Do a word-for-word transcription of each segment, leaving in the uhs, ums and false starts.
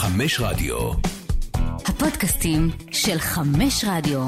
חמש רדיו. הפודקאסטים של חמש רדיו.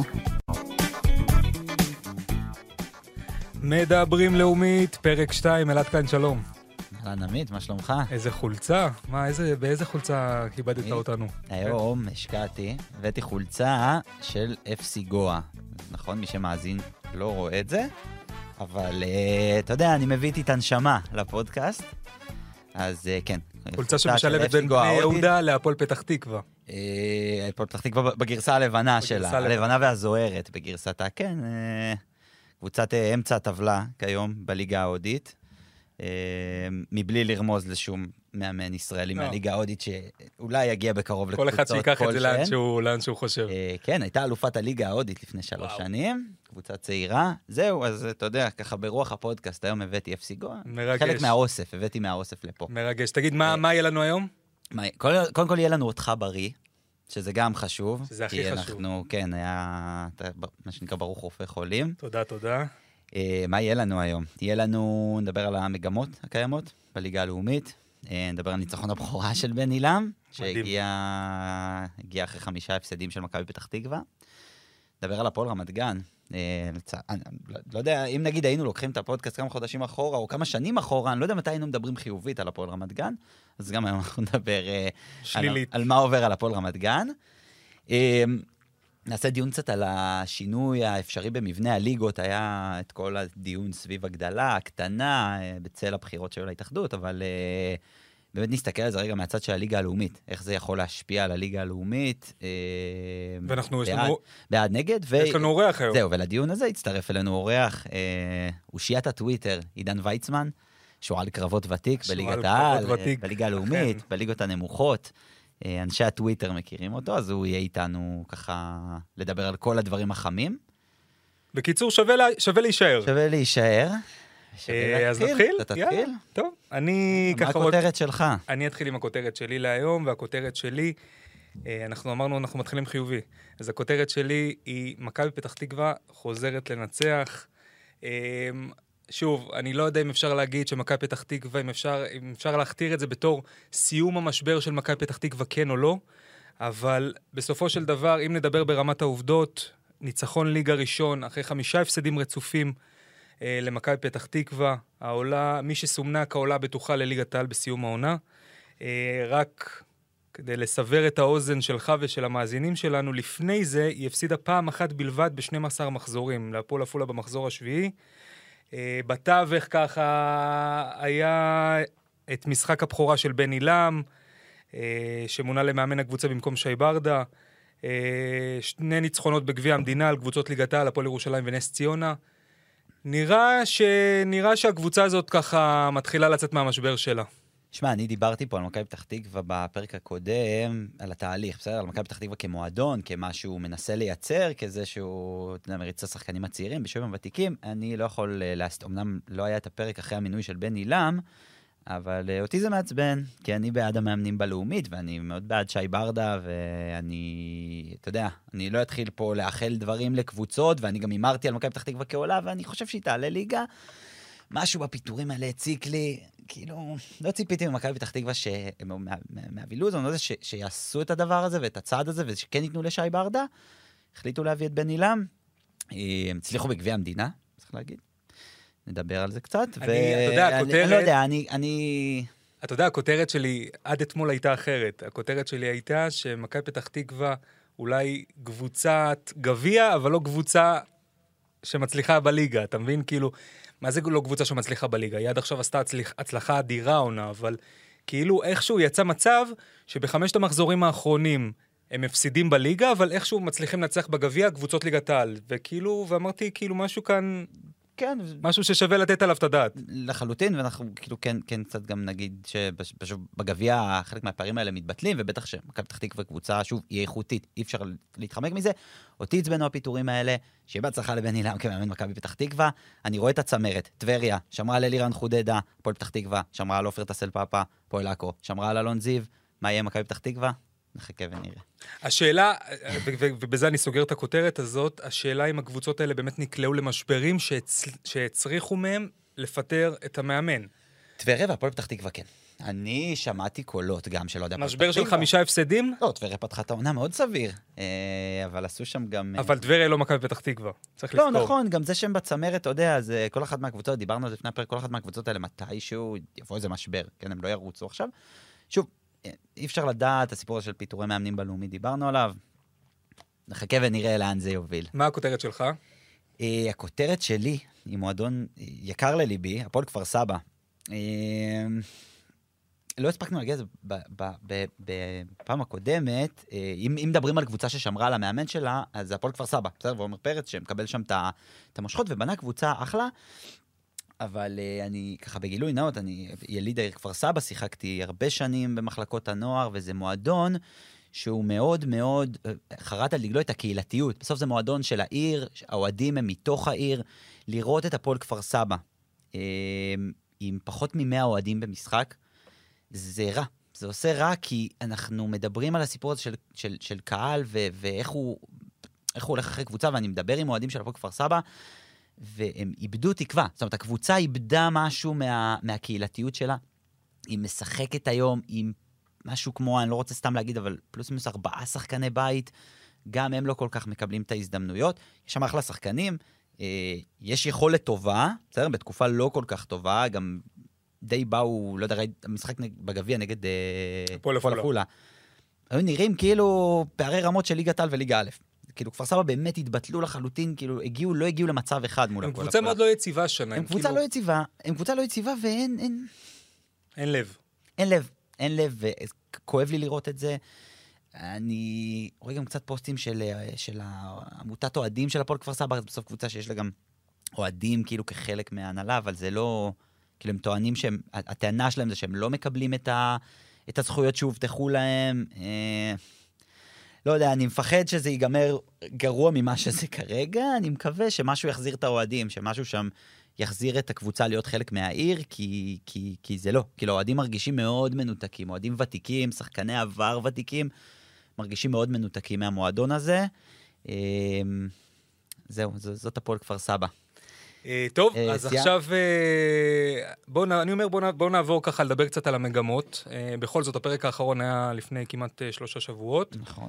מדברים לאומית, פרק שתיים, אלעד כאן, שלום. אהלן עמית, מה שלומך? איזה חולצה? מה, איזה, באיזה חולצה כיבדת אותנו? היום השקעתי, הבאתי חולצה של אף סי גואה. נכון, מי שמאזין לא רואה את זה, אבל אתה יודע, אני מביא איתי את הנשמה לפודקאסט, אז כן. חולצה שמשלבת בין בני יהודה להפועל פתח תקווה. הפועל פתח תקווה בגרסה הלבנה שלה, הלבנה והזוהרת בגרסתה, כן. קבוצת אמצע הטבלה כיום בליגה ההודית, מבלי לרמוז לשום מאמן ישראלי מהליגה ההודית שאולי יגיע בקרוב לקבוצות כל אחד שיקח את זה לאן שהוא חושב. כן, הייתה אלופת הליגה ההודית לפני שלוש שנים, קבוצה צעירה. זהו, אז אתה יודע, ככה ברוח הפודקאסט, היום הבאתי אף סי גואה. חלק מהאוסף, הבאתי מהאוסף לפה. מרגש. תגיד, מה יהיה לנו היום? קודם כל יהיה לנו אותך בריא, שזה גם חשוב. שזה הכי חשוב. כי אנחנו, כן, היה מה שנקרא ברוך רופא חולים. תודה, תודה. מה יהיה לנו היום? יהיה לנו, נדבר על המגמות הקיימות בליגה הלאומית, נדבר על ניצחון הבכורה של בן אילם, שהגיע אחרי חמישה הפסדים של מכבי פתח תקווה. נדבר על הפועל רמת גן. לא יודע, אם נגיד היינו לוקחים את הפודקאסט כמה חודשים אחורה, או כמה שנים אחורה, אני לא יודע מתי היינו מדברים חיובית על הפועל רמת גן, אז גם היום אנחנו נדבר על מה עובר על הפועל רמת גן. נעשה דיון קצת על השינוי האפשרי במבנה הליגות, היה את כל הדיון סביב הגדלה, הקטנה, בצל הבחירות שהיו להתאחדות, אבל באמת נסתכל על זה רגע מהצד של הליגה הלאומית, איך זה יכול להשפיע על הליגה הלאומית, ואנחנו, יש לנו... בעד נגד, יש לנו אורח היום. זהו, ולדיון הזה הצטרף אלינו אורח, אושיית הטוויטר, עידן ויצמן, שועל קרבות ותיק בליגת העל, בליגה הלאומית, בליגות הנמוכות, אנשי הטוויטר מכירים אותו, אז הוא יהיה איתנו ככה לדבר על כל הדברים החמים. בקיצור, שווה, לה, שווה להישאר. שווה להישאר. שווה אז נתחיל? אתה תתחיל? טוב, אני מה הכותרת שלך? אני אתחיל עם הכותרת שלי להיום, והכותרת שלי, אנחנו אמרנו, אנחנו מתחילים חיובי. אז הכותרת שלי היא, מכבי פתח תקווה חוזרת לנצח. שוב, אני לא יודע אם אפשר להגיד שמכבי פתח תקווה, אם אפשר, אם אפשר להכתיר את זה בתור סיום המשבר של מכבי פתח תקווה, כן או לא, אבל בסופו של דבר, אם נדבר ברמת העובדות, ניצחון ליגה ראשון, אחרי חמישה הפסדים רצופים אה, למכבי פתח תקווה, העולה, מי שסומנה כעולה בטוחה לליגת העל בסיום העונה, אה, רק כדי לסבר את האוזן שלך ושל המאזינים שלנו, לפני זה היא הפסידה פעם אחת בלבד ב-שנים עשר מחזורים, להפועל עפולה במחזור השביעי, בתווך ככה היה את משחק הבכורה של בן אילם, שמונה למאמן הקבוצה במקום שי ברדה, שני ניצחונות בגביע המדינה על קבוצות ליגת העל, הפועל ירושלים ונס ציונה. נראה ש... נראה שהקבוצה הזאת ככה מתחילה לצאת מהמשבר שלה. שמע, אני דיברתי פה על מכבי פתח תקווה בפרק הקודם, על התהליך, בסדר? על מכבי פתח תקווה כמועדון, כמשהו מנסה לייצר, כזה שהוא, אתה יודע, מריץ השחקנים הצעירים, בשביל הוותיקים. אני לא יכול להסת... אמנם לא היה את הפרק אחרי המינוי של בן אילם, אבל אותי זה מעצבן, כי אני בעד המאמנים בלאומית, ואני מאוד בעד שי ברדה, ואני, אתה יודע, אני לא אתחיל פה לאחל דברים לקבוצות, ואני גם אמרתי על מכבי פתח תקווה כעולה, ואני חושב שהיא תעלה ליגה. משהו בפיתורים האלה הציק לי, כאילו, לא ציפיתי ממכבי פתח תקווה מהבילוז, אני לא יודע שיעשו את הדבר הזה ואת הצעד הזה, ושכן ייתנו לשי ברדה, החליטו להביא את בן אילם, הצליחו בגביע המדינה, צריך להגיד, נדבר על זה קצת, ואני לא יודע, אני... אתה יודע, הכותרת שלי עד אתמול הייתה אחרת, הכותרת שלי הייתה שמכבי פתח תקווה אולי קבוצת גביע, אבל לא קבוצה שמצליחה בליגה, אתה מבין? כאילו, מה זה לא קבוצה שמצליחה בליגה? היא עד עכשיו עשתה הצליח, הצלחה אדירה עונה, אבל כאילו איכשהו יצא מצב שבחמשת המחזורים האחרונים הם מפסידים בליגה, אבל איכשהו מצליחים לנצח בגביע קבוצות ליגת העל. וכאילו, ואמרתי, כאילו משהו כאן, כן, משהו ששווה לתת עליו את הדעת. לחלוטין, ואנחנו כאילו כן, כן קצת גם נגיד שבגביע חלק מהפערים האלה מתבטלים, ובטח שמכבי פתח תקווה קבוצה, שוב, היא איכותית, אי אפשר להתחמק מזה. אותי עצבנו הפיטורים האלה, שיהיה בהצלחה לבן אילם כמאמן מכבי פתח תקווה. אני רואה את הצמרת, טבריה, שמרה על אלירן חודדה, הפועל פתח תקווה, שמרה על עופר טסל פאפה, הפועל עכו, שמרה על אלון זיו. מה יהיה מכבי פתח תקווה? נחכה ונראה. השאלה, ובזה אני סוגר את הכותרת הזאת, השאלה אם הקבוצות האלה באמת נקלעו למשברים שהצריכו מהם לפטר את המאמן. טבריה והפועל פתח תקווה כן. אני שמעתי קולות גם של אוהדי הפועל פתח משבר של תקווה. חמישה הפסדים, לא, טבריה פתחה את העונה מאוד סביר, אה, אבל עשו שם גם... אבל טבריה לא מכבי פתח תקווה. צריך לא, לזכור. נכון, גם זה שהם בצמרת, אתה יודע, זה כל אחת מהקבוצות, דיברנו על זה לפני הפרק, כל אחת מהקבוצות האלה, מתישהו יבוא איזה משבר, כן, הם לא ירוצו עכשיו. שוב, אי אפשר לדעת, הסיפור הזה של פיטורי מאמנים בלאומי, דיברנו עליו, נחכה ונראה לאן זה יוביל. מה הכותרת שלך? אה, הכותרת שלי היא מועדון יקר לליבי, הפועל כפר סבא. אה, לא הספקנו להגיע לזה בפעם הקודמת, אה, אם, אם מדברים על קבוצה ששמרה על המאמן שלה, אז זה הפועל כפר סבא, בסדר? ועומר פרץ שמקבל שם את המושכות ובנה קבוצה אחלה, אבל אה, אני ככה בגילוי נאות, אני יליד העיר כפר סבא, שיחקתי הרבה שנים במחלקות הנוער, וזה מועדון שהוא מאוד מאוד חרט על דגלו את הקהילתיות. בסוף זה מועדון של העיר, האוהדים הם מתוך העיר, לראות את הפועל כפר סבא, אה, עם פחות ממאה אוהדים במשחק, זה רע. זה עושה רע כי אנחנו מדברים על הסיפור הזה של, של, של קהל ו, ואיך הוא, איך הוא הולך אחרי קבוצה, ואני מדבר עם אוהדים של הפועל כפר סבא, והם איבדו תקווה. זאת אומרת, הקבוצה איבדה משהו מה, מהקהילתיות שלה. היא משחקת היום עם משהו כמו, אני לא רוצה סתם להגיד, אבל פלוס מינוס ארבעה שחקני בית, גם הם לא כל כך מקבלים את ההזדמנויות. יש שם אחלה שחקנים, אה, יש יכולת טובה, בסדר? בתקופה לא כל כך טובה, גם די באו, לא יודע, המשחק בגביע נגד הפועל עפולה. היו נראים כאילו פערי רמות של ליגת העל וליגה א'. כאילו כפר סבא באמת התבטלו לחלוטין, כאילו הגיעו, לא הגיעו למצב אחד מול הפועל. הם קבוצה מאוד לא יציבה שנה. הם קבוצה לא יציבה, הם קבוצה לא יציבה ואין, אין... אין לב. אין לב, אין לב, וכואב לי לראות את זה. אני רואה גם קצת פוסטים של, של עמותת אוהדים של הפועל כפר סבא, בסוף קבוצה שיש לה גם אוהדים כאילו כחלק מההנהלה, אבל זה לא... כאילו הם טוענים שהם, הטענה שלהם זה שהם לא מקבלים את, ה, את הזכויות שהובטחו להם. אה, לא יודע, אני מפחד שזה ייגמר גרוע ממה שזה כרגע, אני מקווה שמשהו יחזיר את האוהדים, שמשהו שם יחזיר את הקבוצה להיות חלק מהעיר, כי, כי, כי זה לא. כאילו, האוהדים מרגישים מאוד מנותקים, אוהדים ותיקים, שחקני עבר ותיקים, מרגישים מאוד מנותקים מהמועדון הזה. אה, זהו, זאת הפועל כפר סבא. טוב, אז עכשיו, אני אומר, בואו נעבור ככה לדבר קצת על המגמות. בכל זאת, הפרק האחרון היה לפני כמעט שלושה שבועות. נכון.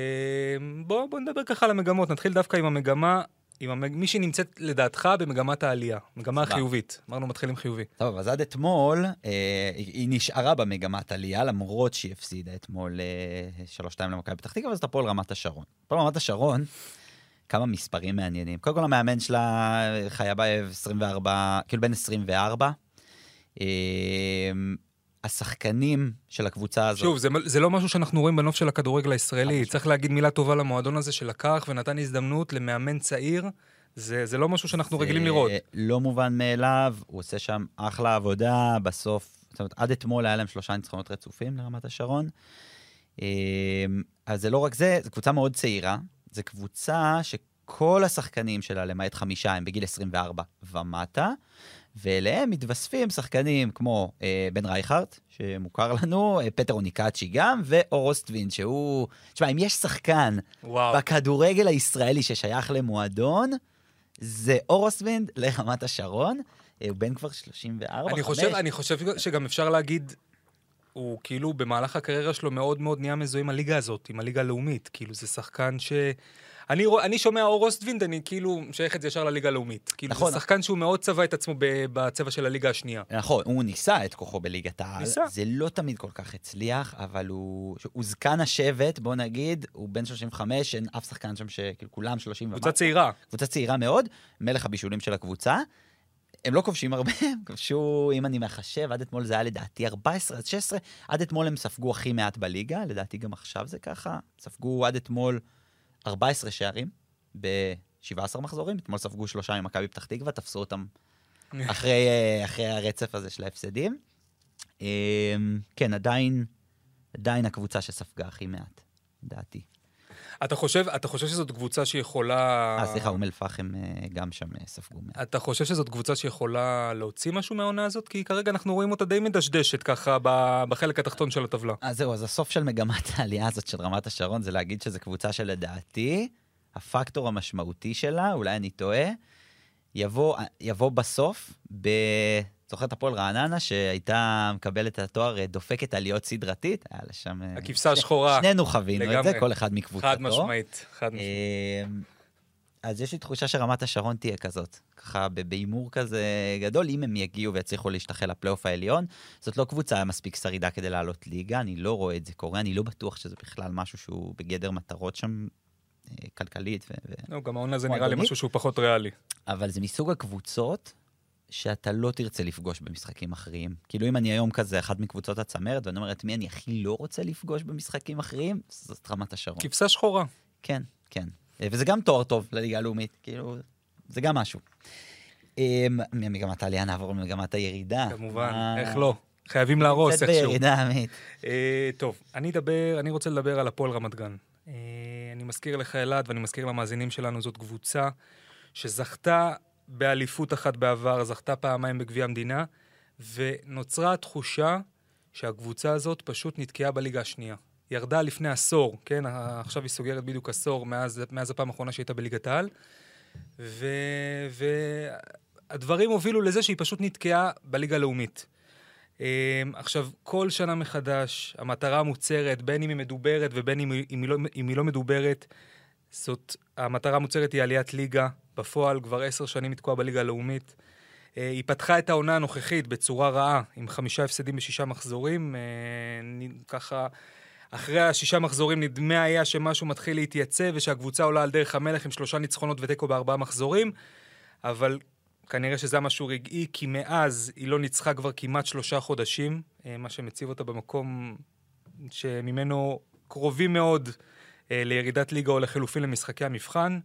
בואו נדבר ככה על המגמות. נתחיל דווקא עם המגמה, מי שנמצאת לדעתך במגמת העלייה, מגמה חיובית. אמרנו, מתחילים חיובי. טוב, אז עד אתמול, היא נשארה במגמת העלייה, למרות שהיא הפסידה אתמול שלוש שתיים למכבי פתח תקווה, אז את הפועל רמת השרון. הפועל רמת השרון, כמה מספרים מעניינים. קודם כל המאמן שלה, חייבאייב, עשרים וארבע, כאילו בין עשרים וארבע. השחקנים של הקבוצה הזאת... שוב, זה, זה לא משהו שאנחנו רואים בנוף של הכדורגל הישראלי. צריך להגיד מילה טובה למועדון הזה שלקח ונתן הזדמנות למאמן צעיר. זה, זה לא משהו שאנחנו רגילים לראות. זה לא מובן מאליו. הוא עושה שם אחלה עבודה. בסוף, זאת אומרת, עד אתמול היה להם שלושה ניצחונות רצופים לרמת השרון. אז זה לא רק זה, זו קבוצה מאוד צעירה. זו קבוצה שכל השחקנים שלה, למעט חמישה, הם בגיל עשרים וארבע ומטה, ואליהם מתווספים שחקנים כמו אה, בן רייכרט, שמוכר לנו, אה, פטר אוניקאצ'י גם, ואורוסטווין, שהוא... תשמע, אם יש שחקן וואו. בכדורגל הישראלי ששייך למועדון, זה אורוסטווין לרמת השרון, אה, הוא בן כבר שלושים וארבע, אני חושב, אני חושב שגם אפשר להגיד, הוא כאילו במהלך הקריירה שלו מאוד מאוד נהיה מזוהה עם הליגה הזאת, עם הליגה הלאומית. כאילו זה שחקן ש... אני, אני שומע אורוסטווינד, אני כאילו שייך את זה ישר לליגה הלאומית. כאילו נכון. זה שחקן שהוא מאוד צבע את עצמו בצבע של הליגה השנייה. נכון, הוא ניסה את כוחו בליגת העל. זה לא תמיד כל כך הצליח, אבל הוא... הוא זקן השבט, בוא נגיד, הוא בן שלושים וחמש, אין אף שחקן שם שכאילו כולם שלושים קבוצה צעירה. קבוצה צעירה מאוד, מלך הבישולים של הקבוצה. הם לא כובשים הרבה, הם כבשו, אם אני מחשב, עד אתמול זה היה לדעתי ארבע עשרה עד שש עשרה, עד אתמול הם ספגו הכי מעט בליגה, לדעתי גם עכשיו זה ככה, ספגו עד אתמול ארבע עשרה שערים ב-שבעה עשר מחזורים, אתמול ספגו שלושה עם מכבי פתח תקווה, תפסו אותם אחרי, אחרי הרצף הזה של ההפסדים. כן, עדיין, עדיין הקבוצה שספגה הכי מעט, לדעתי. אתה חושב, אתה חושב שזאת קבוצה שיכולה... אה, סליחה, אום אל-פחם גם שם ספגו מעט. אתה חושב שזאת קבוצה שיכולה להוציא משהו מהעונה הזאת? כי כרגע אנחנו רואים אותה די מדשדשת ככה בחלק התחתון של הטבלה. אז זהו, אז הסוף של מגמת העלייה הזאת של רמת השרון, זה להגיד שזו קבוצה שלדעתי, הפקטור המשמעותי שלה, אולי אני טועה, יבוא, יבוא בסוף, ב... זוכר את הפועל רעננה, שהייתה מקבלת את התואר דופקת עליות סדרתית, היה לשם... הכבשה השחורה. שנינו חווינו את זה, כל אחד מקבוצתו. חד משמעית, חד משמעית. אז יש לי תחושה שרמת השרון תהיה כזאת, ככה באימור כזה גדול, אם הם יגיעו ויצליחו להשתחל לפלייאוף העליון, זאת לא קבוצה מספיק שרידה כדי לעלות ליגה, אני לא רואה את זה קורה, אני לא בטוח שזה בכלל משהו שהוא בגדר מטרות שם, כלכלית. לא, גם העונה זה נראה לי משהו שהוא פחות ריאלי. אבל זה מסוג הקבוצות שאתה לא תרצה לפגוש במשחקים אחרים. כאילו אם אני היום כזה אחד מקבוצות הצמרת, ואני אומר, את מי אני הכי לא רוצה לפגוש במשחקים אחרים, זאת רמת השרון. כבשה שחורה. כן, כן. וזה גם תואר טוב לליגה הלאומית, כאילו, זה גם משהו. ממגמת העלייה נעבור למגמת הירידה. כמובן, איך לא? חייבים להרוס איכשהו. קצת בירידה, עמית. טוב, אני אדבר, אני רוצה לדבר על הפועל רמת גן. אני מזכיר לך אלעד, ואני מזכיר למאזינים שלנו, זאת קבוצה שזכתה באליפות אחת בעבר, זכתה פעמיים בגביע המדינה, ונוצרה התחושה שהקבוצה הזאת פשוט נתקעה בליגה השנייה. ירדה לפני עשור, כן? עכשיו היא סוגרת בדיוק עשור מאז, מאז הפעם האחרונה שהייתה בליגת העל, ו... והדברים הובילו לזה שהיא פשוט נתקעה בליגה הלאומית. עכשיו, כל שנה מחדש, המטרה המוצרת, בין אם היא מדוברת ובין אם היא, אם היא, לא, אם היא לא מדוברת, זאת, המטרה המוצרת היא עליית ליגה, בפועל כבר עשר שנים היא תקועה בליגה הלאומית. היא פתחה את העונה הנוכחית בצורה רעה, עם חמישה הפסדים בשישה מחזורים, ככה... אחרי השישה מחזורים נדמה היה שמשהו מתחיל להתייצב, ושהקבוצה עולה על דרך המלך עם שלושה ניצחונות ותיקו בארבעה מחזורים, אבל כנראה שזה משהו רגעי, כי מאז היא לא ניצחה כבר כמעט שלושה חודשים, מה שמציב אותה במקום שממנו קרובים מאוד לירידת ליגה או לחילופין למשחקי המבחן.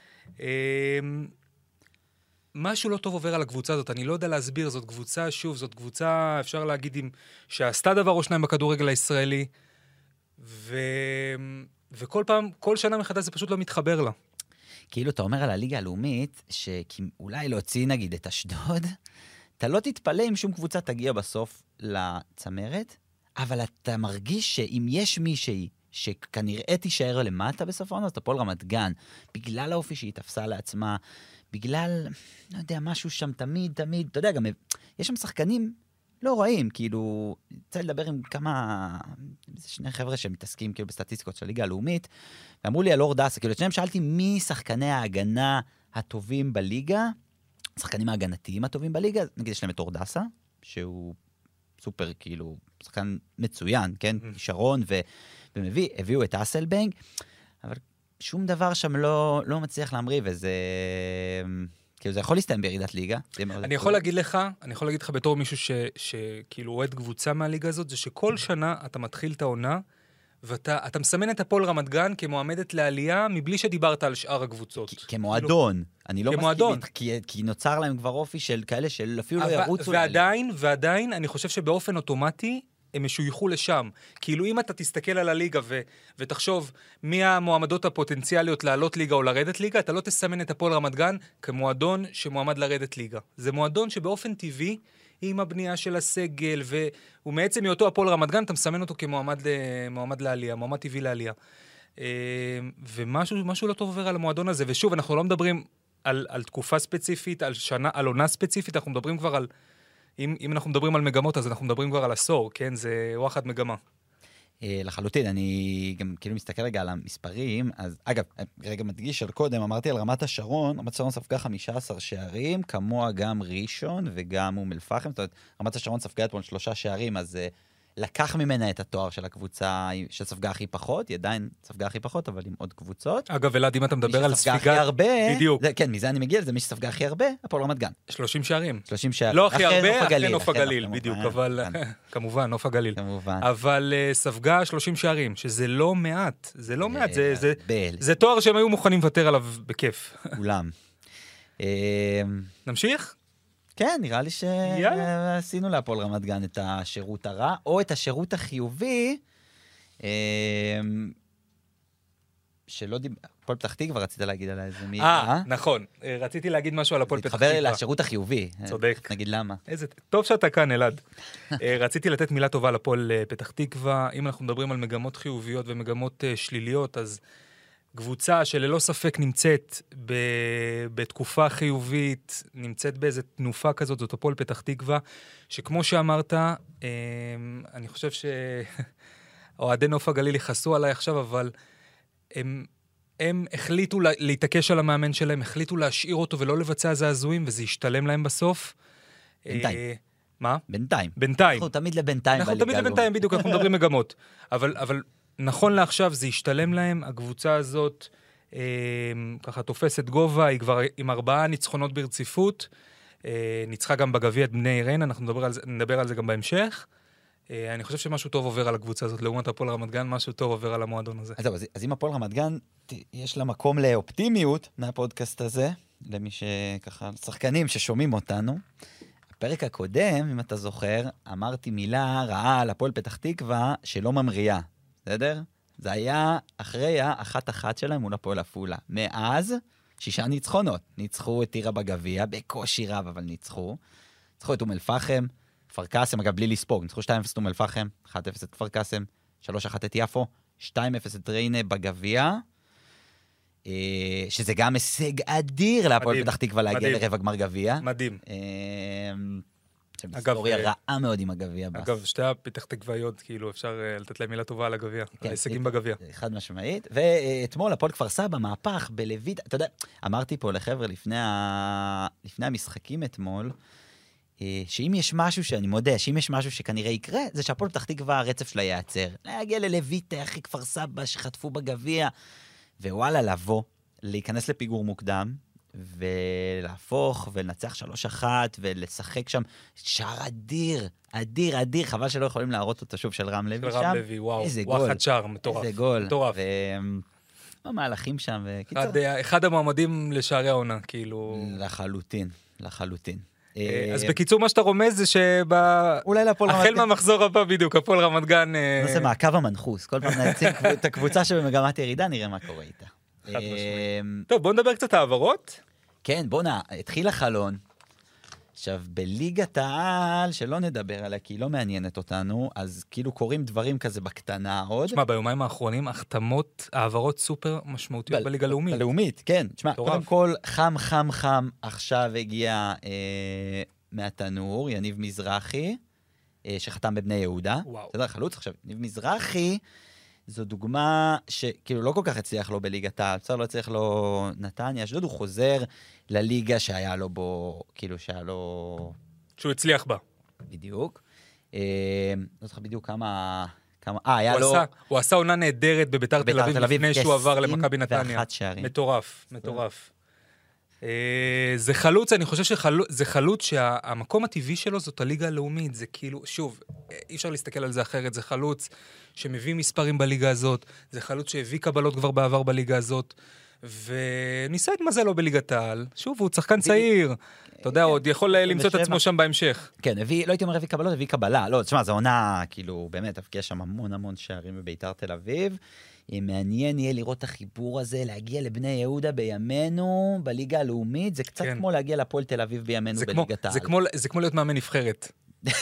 משהו לא טוב עובר על הקבוצה הזאת, אני לא יודע להסביר, זאת קבוצה, שוב, זאת קבוצה, אפשר להגיד, שעשתה דבר או שניים בכדורגל הישראלי, ו... וכל פעם, כל שנה מחדש זה פשוט לא מתחבר לה. כאילו, אתה אומר על הליגה הלאומית, שאולי להוציא נגיד את אשדוד, אתה לא תתפלא אם שום קבוצה תגיע בסוף לצמרת, אבל אתה מרגיש שאם יש מישהי שכנראה תישאר למטה בסוף העונה, אז אתה פועל רמת גן, בגלל האופי שהיא תפסה לעצמה, בגלל, לא יודע, משהו שם תמיד, תמיד, אתה יודע, גם יש שם שחקנים לא רואים, כאילו, צריך לדבר עם כמה, זה שני חבר'ה שמתעסקים כאילו בסטטיסטיקות של הליגה הלאומית, ואמרו לי על אור דסה, כאילו, שניהם שאלתי מי שחקני ההגנה הטובים בליגה, שחקנים ההגנתיים הטובים בליגה, נגיד יש להם את אור דסה, שהוא סופר, כאילו, שחקן מצוין, כן, שרון, ו, ומביא, הביאו את אסלבנג, אבל שום דבר שם לא, לא מצליח להמריא, וזה... כאילו, זה יכול להסתיים בירידת ליגה. אני יכול להגיד לך, אני יכול להגיד לך בתור מישהו שכאילו אוהד קבוצה מהליגה הזאת, זה שכל שנה אתה מתחיל את העונה, ואתה מסמן את הפועל רמת גן כמועמדת לעלייה, מבלי שדיברת על שאר הקבוצות. כמועדון. אני לא מסכים, כי נוצר להם כבר אופי של כאלה שאפילו לא ירוצו. ועדיין, ועדיין, אני חושב שבאופן אוטומטי, הם משויכו לשם. כאילו אם אתה תסתכל על הליגה ו- ותחשוב מי המועמדות הפוטנציאליות לעלות ליגה או לרדת ליגה, אתה לא תסמן את הפועל רמת גן כמועדון שמועמד לרדת ליגה. זה מועדון שבאופן טבעי, עם הבנייה של הסגל, ומעצם מאותו הפועל רמת גן, אתה מסמן אותו כמועמד מועמד לעלייה, מועמד טבעי לעלייה. ומשהו משהו לא טוב עובר על המועדון הזה. ושוב, אנחנו לא מדברים על, על תקופה ספציפית, על שנה, על עונה ספציפית, אנחנו מדברים כבר על... אם, אם אנחנו מדברים על מגמות, אז אנחנו מדברים כבר על עשור, כן? זה וואחד מגמה. לחלוטין, אני גם כאילו מסתכל רגע על המספרים, אז אגב, רגע מדגיש על קודם, אמרתי על רמת השרון, רמת השרון ספגה חמישה עשר שערים, כמוה גם ראשון וגם אום אל-פחם, זאת אומרת, רמת השרון ספגה פה שלושה שערים, אז לקח ממנה את התואר של הקבוצה שספגה הכי פחות, היא עדיין ספגה הכי פחות, אבל עם עוד קבוצות. אגב, אלעד, אם אתה מדבר על ספיגה... מי שספגה הכי הרבה... בדיוק. זה, כן, מזה אני מגיע, זה מי שספגה הכי הרבה, הפועל רמת גן. שלושים שערים. שלושים שערים. לא הכי הרבה, אחרי נוף הגליל, בדיוק, אבל... כמובן, נוף הגליל. כמובן. אבל ספגה שלושים שערים, שזה לא מעט, זה לא מעט, זה תואר שהם היו מוכנים לוותר עליו בכיף. אולם. נמשיך? כן, נראה לי שעשינו להפועל רמת גן את השירות הרע, או את השירות החיובי, שלא דיבר... הפועל פתח תקווה, רצית להגיד עליי איזה מי... אה, נכון. רציתי להגיד משהו על הפועל פתח תקווה. להתחבר לשירות החיובי. צודק. נגיד למה. איזה... טוב שאתה כאן, אלעד. רציתי לתת מילה טובה לפועל פתח תקווה. אם אנחנו מדברים על מגמות חיוביות ומגמות שליליות, אז קבוצה שללא ספק נמצאת ב... בתקופה חיובית, נמצאת באיזו תנופה כזאת, זאת הפועל פתח תקווה, שכמו שאמרת, אני חושב שאוהדי נוף הגליל יכעסו עליי עכשיו, אבל הם, הם החליטו להתעקש על המאמן שלהם, החליטו להשאיר אותו ולא לבצע זעזועים, וזה ישתלם להם בסוף. בינתיים. מה? בינתיים. בינתיים. אנחנו תמיד לבינתיים. אנחנו תמיד לבינתיים, בדיוק, אנחנו מדברים מגמות. אבל, אבל נכון לעכשיו זה ישתלם להם, הקבוצה הזאת אה, ככה תופסת גובה, היא כבר עם ארבעה ניצחונות ברציפות, אה, ניצחה גם בגביע את בני עירן, אנחנו נדבר על זה, נדבר על זה גם בהמשך. אה, אני חושב שמשהו טוב עובר על הקבוצה הזאת, לעומת הפועל רמת גן, משהו טוב עובר על המועדון הזה. אז, אז, אז אם הפועל רמת גן, יש לה מקום לאופטימיות מהפודקאסט הזה, למי שככה, שחקנים ששומעים אותנו. בפרק הקודם, אם אתה זוכר, אמרתי מילה רעה על הפועל פתח תקווה שלא ממריאה, בסדר? זה היה אחרי האחת-אחת שלהם מול הפועל עפולה. מאז, שישה ניצחונות. ניצחו את טירה בגביע, בקושי רב, אבל ניצחו. ניצחו את אום אל-פחם, כפר קאסם, אגב, בלי לספוג. ניצחו שתיים אפס את אום אל-פחם, אחת אפס את כפר קאסם, שלוש אחת את יפו, שתיים אפס את ריינה בגביע, שזה גם הישג אדיר להפועל פתח תקווה להגיע לרבע גמר גביע. מדהים. היסטוריה רעה מאוד עם הגביע. אגב, שתי הפתח תקוויות, כאילו אפשר לתת להם מילה טובה על הגביע, ההישגים בגביע. חד משמעית. ואתמול הפועל כפר סבא, מהפך בלויט, אתה יודע, אמרתי פה לחבר'ה לפני המשחקים אתמול, שאם יש משהו שאני מודה, שאם יש משהו שכנראה יקרה, זה שהפועל פתח תקווה הרצף שלה ייעצר. להגיע ללויט, אחי כפר סבא שחטפו בגביע, ווואלה, לבוא, להיכנס לפיגור מוקדם, ולהפוך, ולנצח שלוש אחת, ולשחק שם שער אדיר, אדיר, אדיר, חבל שלא יכולים להראות אותו שוב של רם לוי שם. של רם לוי, וואו, וואחד שער, מטורף. איזה גול. מטורף. והמהלכים שם, וקיצור. אחד המועמדים לשערי העונה, כאילו... לחלוטין, לחלוטין. אז בקיצור, מה שאתה רומז זה שב... אולי להפועל רמת גן. החל מהמחזור הבא בדיוק, הפועל רמת גן... נעשה מעקב המנחוס, כל פעם נעצים את הקבוצה שבמגמת ירידה, נראה מה קורה איתה. חד משמעית. טוב, בוא נדבר קצת העברות. כן, בוא נע, התחיל החלון. עכשיו, בליגת העל, שלא נדבר עליה, כי היא לא מעניינת אותנו, אז כאילו קוראים דברים כזה בקטנה עוד. תשמע, ביומיים האחרונים, החתמות, העברות סופר משמעותיות בליגה הלאומית. בלאומית, כן. תשמע, קודם כל, חם, חם, חם, עכשיו הגיע אה, מהתנור, יניב מזרחי, אה, שחתם בבני יהודה. וואו. בסדר, חלוץ עכשיו. יניב מזרחי, זו דוגמה שכאילו לא כל כך הצליח לו בליגת העל, בסדר, לא הצליח לו נתניה, אשדוד, הוא חוזר לליגה שהיה לו בו, כאילו שהיה לו... שהוא הצליח בה. בדיוק. אה, לא זוכר בדיוק כמה... כמה... אה, היה לו... הוא עשה עונה נהדרת בביתר תל אביב לפני שהוא עבר למכבי נתניה. מטורף, מטורף. זה חלוץ, אני חושב שזה חלוץ שהמקום הטבעי שלו זאת הליגה הלאומית, זה כאילו, שוב, אי אפשר להסתכל על זה אחרת, זה חלוץ שמביא מספרים בליגה הזאת, זה חלוץ שהביא קבלות כבר בעבר בליגה הזאת, וניסה את מזלו בליגת העל, שוב, הוא צחקן צעיר, אתה יודע, עוד יכול למצוא את עצמו שם בהמשך. כן, לא הייתי אומר הביא קבלות, הביא קבלה, לא, תשמע, זו עונה, כאילו, באמת, הבקיע שם המון המון שערים בביתר תל אביב, מעניין יהיה לראות את החיבור הזה, להגיע לבני יהודה בימינו, בליגה הלאומית, זה קצת כמו להגיע לפועל תל אביב בימינו בליגת העל. זה כמו להיות מאמן נבחרת.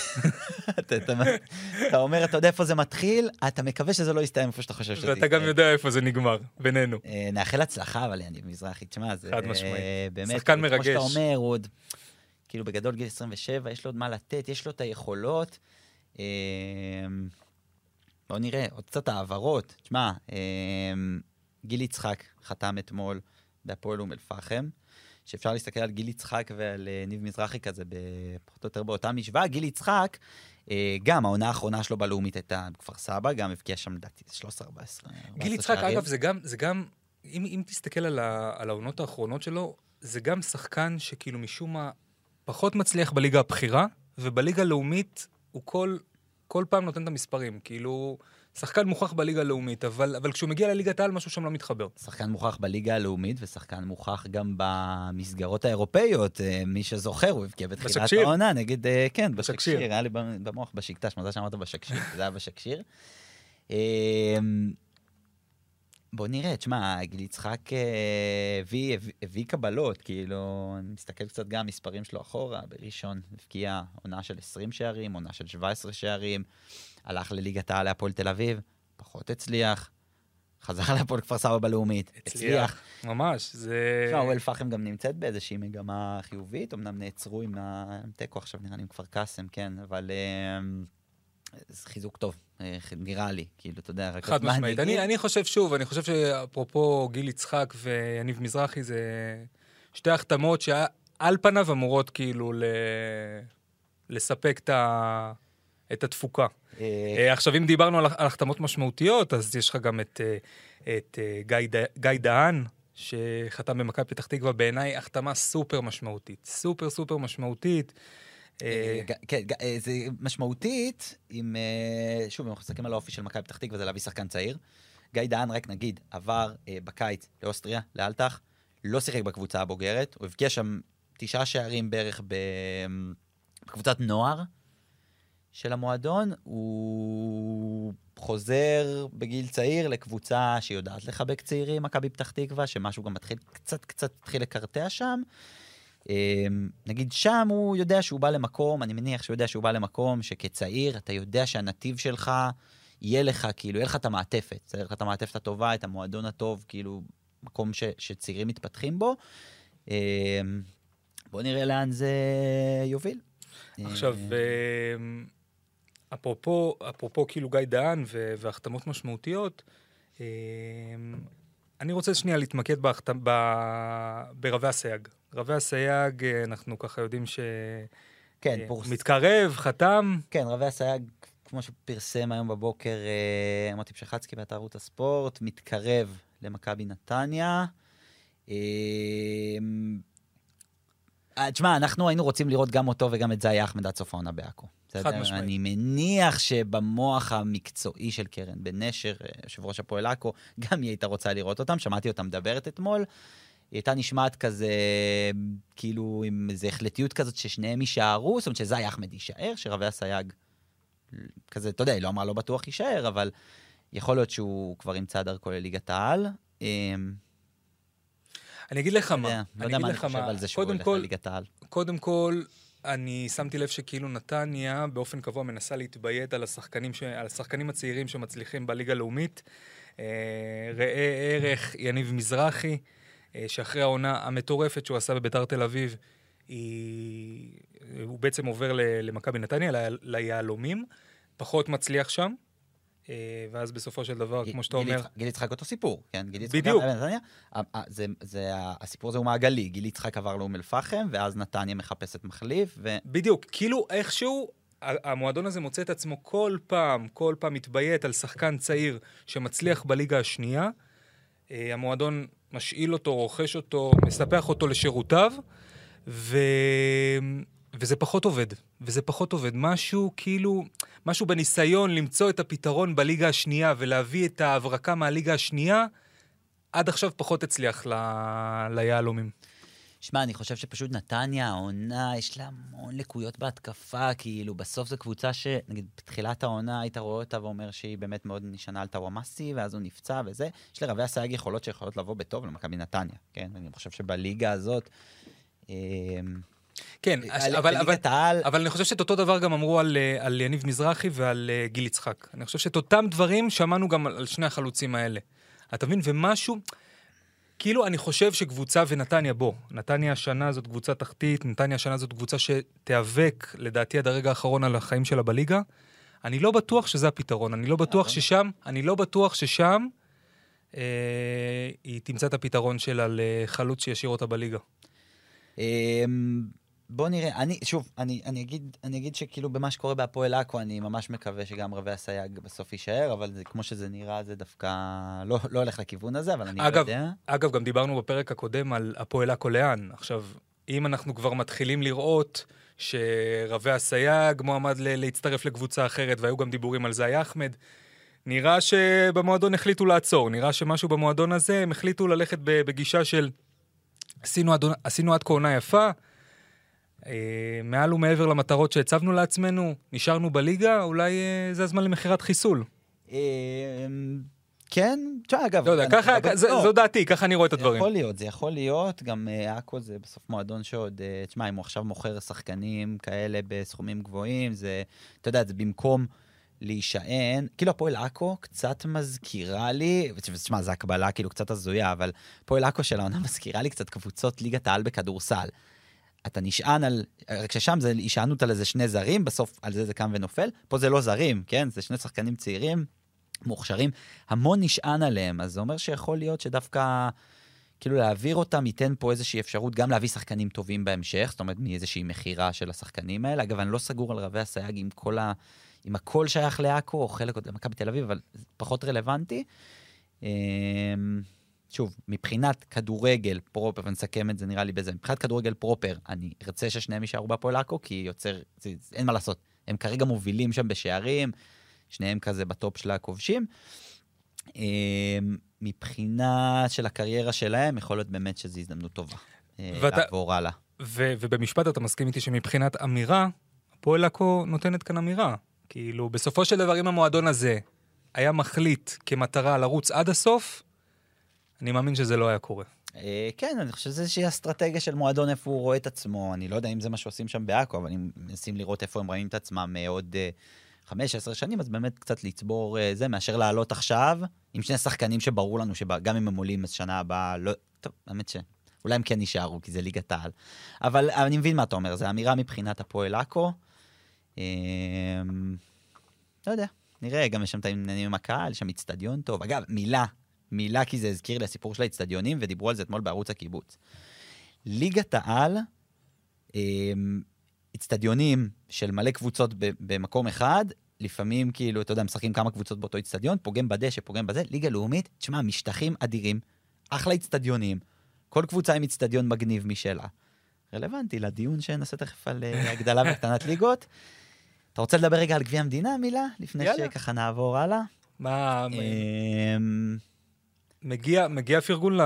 אתה אומר, אתה יודע איפה זה מתחיל, אתה מקווה שזה לא יסתיים איפה שאתה חושב שזה יסתיים. ואתה גם יודע איפה זה נגמר, בינינו. נאחל הצלחה, אבל יניב מזרחי, תשמע, זה באמת, שחקן מרגש. כמו שאתה אומר, הוא עוד, כאילו בגדול גיל עשרים ושבע, יש לו עוד מה לתת, יש לו את היכולות. בואו נראה, עוד קצת העברות. תשמע, גיל יצחק חתם אתמול בהפועל אום אל-פחם, שאפשר להסתכל על גיל יצחק ועל ניב מזרחי כזה, בפחות או יותר באותה משוואה. גיל יצחק, גם העונה האחרונה שלו בלאומית הייתה בכפר סבא, גם הבקיע שם לדעתי שלוש עשרה ארבע עשרה. גיל יצחק, אגב, זה גם, זה גם, אם, אם תסתכל על, ה, על העונות האחרונות שלו, זה גם שחקן שכאילו משום מה פחות מצליח בליגה הבחירה, ובליגה הלאומית הוא כל, כל פעם נותן את המספרים, כאילו... שחקן מוכח בליגה הלאומית, אבל, אבל כשהוא מגיע לליגת העל, משהו שם לא מתחבר. שחקן מוכח בליגה הלאומית, ושחקן מוכח גם במסגרות האירופאיות. מי שזוכר, הוא הבקיע בתחילת העונה, נגיד, כן, בשקשיר. היה לי במוח בשקטש, מזה שאמרת בשקשיר, זה היה בשקשיר. בוא נראה, תשמע, גיל יצחק הביא, הביא קבלות, כאילו, אני מסתכל קצת גם מספרים שלו אחורה, בראשון הבקיע עונה של עשרים שערים, עונה של שבע עשרה שערים, הלך לליגת העל להפועל תל אביב, פחות הצליח, חזר להפועל כפר סבא בלאומית, הצליח. ממש, זה... תשמע, אוהל פחם גם נמצאת באיזושהי מגמה חיובית, אמנם נעצרו עם הטקו עכשיו, נראה לי עם כפר קאסם, כן, אבל זה חיזוק טוב, נראה לי, כאילו, אתה יודע, רק... חד משמעית. אני, אני חושב שוב, אני חושב שאפרופו גיל יצחק ויניב מזרחי, זה שתי החתמות שעל פניו אמורות כאילו ל... לספק את ה... את התפוקה. עכשיו, אם דיברנו על החתמות משמעותיות, אז יש לך גם את, את גיא דהן, שחתם במכבי פתח תקווה, בעיניי החתמה סופר משמעותית. סופר סופר משמעותית. כן, זה משמעותית, אם, שוב, אם אנחנו מסתכלים על האופי של מכבי פתח תקווה, זה להביא שחקן צעיר. גיא דהן, רק נגיד, עבר בקיץ לאוסטריה, לאלתח, לא שיחק בקבוצה הבוגרת, הוא הבקיע שם תשעה שערים בערך בקבוצת נוער, של המועדון, הוא חוזר בגיל צעיר לקבוצה שיודעת לחבק צעירים, מכבי פתח תקווה, שמשהו גם מתחיל, קצת קצת התחיל לקרטע שם. נגיד שם הוא יודע שהוא בא למקום, אני מניח שהוא יודע שהוא בא למקום שכצעיר, אתה יודע שהנתיב שלך יהיה לך, כאילו, יהיה לך את המעטפת, יהיה לך את המעטפת הטובה, את המועדון הטוב, כאילו, מקום ש, שצעירים מתפתחים בו. בוא נראה לאן זה יוביל. עכשיו, אפרופו, אפרופו כאילו גיא דהן והחתמות משמעותיות, אני רוצה שנייה להתמקד ברבי הסייג. רבי הסייג, אנחנו ככה יודעים שמתקרב, חתם. כן, רבי הסייג, כמו שפרסם היום בבוקר, מוטי פשחצקי באתר ערוץ הספורט, מתקרב למכבי נתניה. תשמע, אנחנו היינו רוצים לראות גם אותו וגם את זאי אחמד עד סוף העונה בעכו. חד משמעית. אני מניח שבמוח המקצועי של קרן בן נשר, יושב ראש הפועל עכו, גם היא הייתה רוצה לראות אותם. שמעתי אותם מדברת אתמול. היא הייתה נשמעת כזה, כאילו עם איזו החלטיות כזאת ששניהם יישארו, זאת אומרת שזאי אחמד יישאר, שרבי הסייג כזה, אתה יודע, היא לא אמרה לא בטוח יישאר, אבל יכול להיות שהוא כבר ימצא דרכו לליגת העל. אני אגיד לך מה, לא יודע מה אני חושב על זה שהוא הולך לליגת העל. קודם כל, אני שמתי לב שכאילו נתניה באופן קבוע מנסה להתביית על השחקנים, על השחקנים הצעירים שמצליחים בליגה הלאומית. ראה ערך יניב מזרחי, שאחרי העונה המטורפת שהוא עשה בביתר תל אביב, הוא בעצם עובר למכבי נתניה, ליהלומים, פחות מצליח שם. ואז בסופו של דבר, כמו שאתה אומר... גיל יצחק אותו סיפור, כן? בדיוק. הסיפור הזה הוא מעגלי, גיל יצחק עבר לאום אל פחם, ואז נתניה מחפשת מחליף, ו... בדיוק, כאילו איכשהו, המועדון הזה מוצא את עצמו כל פעם, כל פעם מתביית על שחקן צעיר שמצליח בליגה השנייה, המועדון משאיל אותו, רוכש אותו, מספח אותו לשירותיו, ו... וזה פחות עובד, וזה פחות עובד. משהו כאילו, משהו בניסיון למצוא את הפתרון בליגה השנייה, ולהביא את ההברקה מהליגה השנייה, עד עכשיו פחות הצליח ל... ליהלומים. שמע, אני חושב שפשוט נתניה, העונה, יש לה המון לקויות בהתקפה, כאילו בסוף זו קבוצה שנגיד, בתחילת העונה היית רואה אותה ואומר שהיא באמת מאוד נשענה על טוואמאסי, ואז הוא נפצע וזה. יש לרבי הסייג יכולות שיכולות לבוא בטוב למכבי נתניה, כן? ואני חושב שבליגה הזאת... כן, אבל, אבל, אבל אני חושב שאת אותו דבר גם אמרו על, על יניב מזרחי ועל גיל יצחק. אני חושב שאת אותם דברים שמענו גם על שני החלוצים האלה. אתה מבין? ומשהו, כאילו אני חושב שקבוצה ונתניה בו. נתניה השנה זאת קבוצה תחתית, נתניה השנה זאת קבוצה שתיאבק, לדעתי עד הרגע האחרון על החיים שלה בליגה. אני לא בטוח שזה הפתרון. אני לא בטוח ששם, אני לא בטוח ששם אה, היא תמצא את הפתרון שלה לחלוץ שישאיר אותה בליגה. בוא נראה, אני, שוב, אני, אני אגיד, אני אגיד שכאילו במה שקורה בהפועל עכו, אני ממש מקווה שגם רבי הסייג בסוף יישאר, אבל זה, כמו שזה נראה, זה דווקא לא, לא הולך לכיוון הזה, אבל אני אגב, לא יודע. אגב, גם דיברנו בפרק הקודם על הפועל עכו לאן. עכשיו, אם אנחנו כבר מתחילים לראות שרבי הסייג מועמד להצטרף לקבוצה אחרת, והיו גם דיבורים על זאי אחמד, נראה שבמועדון החליטו לעצור, נראה שמשהו במועדון הזה, הם החליטו ללכת בגישה של עשינו, עשינו עד כה עונה יפה, מעל ומעבר למטרות שהצבנו לעצמנו, נשארנו בליגה, אולי זה הזמן למחירת חיסול. כן, תשמע, אגב. לא יודע, ככה, זו דעתי, ככה אני רואה את הדברים. זה יכול להיות, זה יכול להיות, גם עכו זה בסוף מועדון שעוד, תשמע, אם הוא עכשיו מוכר שחקנים כאלה בסכומים גבוהים, זה, אתה יודע, זה במקום להישען, כאילו הפועל עכו קצת מזכירה לי, ותשמע, זו הקבלה כאילו קצת הזויה, אבל הפועל עכו של העונה מזכירה לי קצת קבוצות ליגת העל בכדורסל. אתה נשען על, רק ששם זה, נשענו על איזה שני זרים, בסוף על זה זה קם ונופל, פה זה לא זרים, כן? זה שני שחקנים צעירים, מוכשרים, המון נשען עליהם, אז זה אומר שיכול להיות שדווקא, כאילו להעביר אותם, ייתן פה איזושהי אפשרות, גם להביא שחקנים טובים בהמשך, זאת אומרת, מאיזושהי מחירה של השחקנים האלה. אגב, אני לא סגור על רבי הסייג עם כל ה... אם הכל שייך לעכו, או חלק עוד למכבי תל אביב, אבל זה פחות רלוונטי. שוב, מבחינת כדורגל פרופר, ונסכם את זה נראה לי בזה, מבחינת כדורגל פרופר, אני ארצה ששניהם יישארו בהפועל עכו, כי יוצר, זה, אין מה לעשות. הם כרגע מובילים שם בשערים, שניהם כזה בטופ של הכובשים. מבחינה של הקריירה שלהם, יכול להיות באמת שזו הזדמנות טובה. לעבור הלאה. ובמשפט אתה מסכים איתי שמבחינת אמירה, הפועל עכו נותנת כאן אמירה. כאילו, בסופו של דבר, אם המועדון הזה היה מחליט כמטרה לרוץ עד הסוף, אני מאמין שזה לא היה קורה. כן, אני חושב שזה איזושהי אסטרטגיה של מועדון איפה הוא רואה את עצמו. אני לא יודע אם זה מה שעושים שם בעכו, אבל אם מנסים לראות איפה הם רואים את עצמם עוד חמש עשרה שנים, אז באמת קצת לצבור זה, מאשר לעלות עכשיו, עם שני שחקנים שברור לנו שגם אם הם עולים אז שנה הבאה, לא, טוב, באמת ש... אולי הם כן נשארו, כי זה ליגת העל. אבל אני מבין מה אתה אומר, זה אמירה מבחינת הפועל עכו. לא יודע, נראה, גם יש שם את העניינים עם הקהל, שם אצטדיון טוב. אגב, מילה, מילה כי זה הזכיר לי הסיפור של האצטדיונים, ודיברו על זה אתמול בערוץ הקיבוץ. ליגת העל, אצטדיונים של מלא קבוצות במקום אחד, לפעמים כאילו, אתה יודע, משחקים כמה קבוצות באותו אצטדיון, פוגם בדשא, פוגם בזה, ליגה לאומית, תשמע, משטחים אדירים, אחלה אצטדיונים, כל קבוצה עם אצטדיון מגניב משלה. רלוונטי לדיון שנעשה תכף על הגדלה והקטנת ליגות. אתה רוצה לדבר רגע על גביע המדינה, מילה? לפני שככה נעבור הלאה. מה... מגיע, מגיע פרגון ל...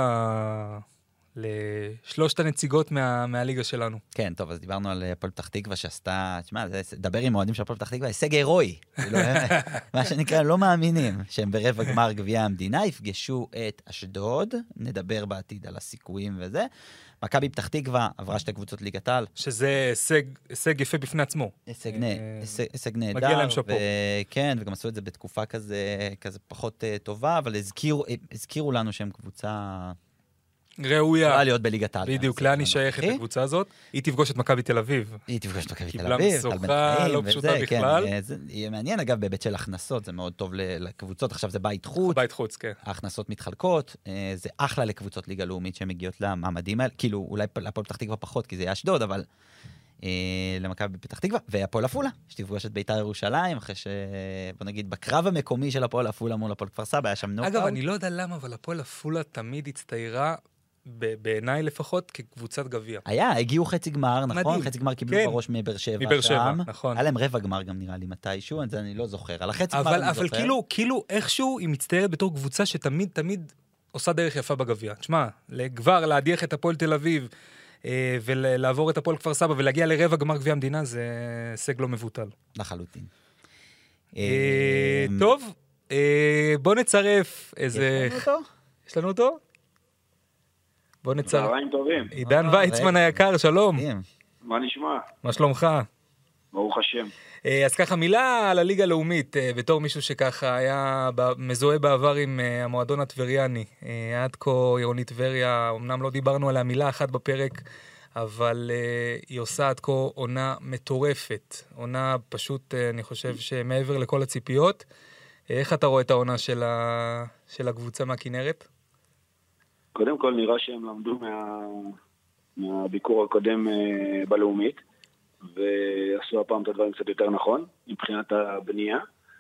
לשלושת הנציגות מה, מהליגה שלנו. כן, טוב, אז דיברנו על הפועל פתח תקווה שעשתה, תשמע, דבר עם אוהדים של הפועל פתח תקווה, הישג הירואי. מה שנקרא, לא מאמינים שהם ברבע גמר גביע המדינה, יפגשו את אשדוד, נדבר בעתיד על הסיכויים וזה. מכבי פתח תקווה עברה שתי קבוצות ליגת העל. שזה הישג, הישג יפה בפני עצמו. הישג נהדר. מגיע להם שפו. כן, וגם עשו את זה בתקופה כזה, כזה פחות טובה, אבל הזכירו, הזכירו לנו שהם קבוצה... ראויה. יכולה להיות בליגת העל. בדיוק, לאן היא שייכת הקבוצה הזאת? היא תפגוש את מכבי תל אביב. היא תפגוש את מכבי תל קיבלה אביב. מסוכה לא פשוטה בכלל. זה יהיה מעניין, אגב, בהיבט של הכנסות, זה מאוד טוב לקבוצות. עכשיו זה בית חוץ. בית חוץ, כן. ההכנסות מתחלקות, זה אחלה לקבוצות ליגה לאומית שמגיעות למעמדים האלה. כאילו, אולי הפועל פתח תקווה פחות, כי זה יהיה אשדוד, אבל למכבי פתח תקווה, והפועל עפולה, שתפגוש את בית"ר ירושלים, אחרי ש... בוא נגיד, בקרב המקומי של הפועל עפולה מול הפועל כפר סבא, היה שם נוקאוט. אגב, אני לא יודע למה, אבל הפועל עפולה תמיד הצטיירה בעיניי לפחות כקבוצת גביע. היה, הגיעו חצי גמר, נכון? חצי גמר קיבלו בראש מבאר שבע. מבאר שבע, נכון. היה להם רבע גמר גם נראה לי מתישהו, זה אני לא זוכר. על החצי גמר אני זוכר. אבל כאילו, כאילו איכשהו היא מצטיירת בתור קבוצה שתמיד, תמיד עושה דרך יפה בגביע. תשמע, כבר להדיח את הפועל תל אביב, ולעבור את הפועל כפר סבא, ולהגיע לרבע גמר גביע המדינה, זה הישג לא מבוטל. לחלוטין. טוב, בוא נצרף איזה... יש לנו אותו? יש לנו אותו? בוא נצרף. צהריים טובים. עידן ויצמן היקר, שלום. מה נשמע? מה שלומך? ברוך השם. אז ככה, מילה על הליגה הלאומית, בתור מישהו שככה היה מזוהה בעבר עם המועדון הטבריאני. עד כה עירוני טבריה, אמנם לא דיברנו עליה מילה אחת בפרק, אבל היא עושה עד כה עונה מטורפת. עונה פשוט, אני חושב שמעבר לכל הציפיות. איך אתה רואה את העונה של, ה... של הקבוצה מהכינרת? קודם כל נראה שהם למדו מה... מהביקור הקודם בלאומית, ועשו הפעם את הדברים קצת יותר נכון, מבחינת הבנייה.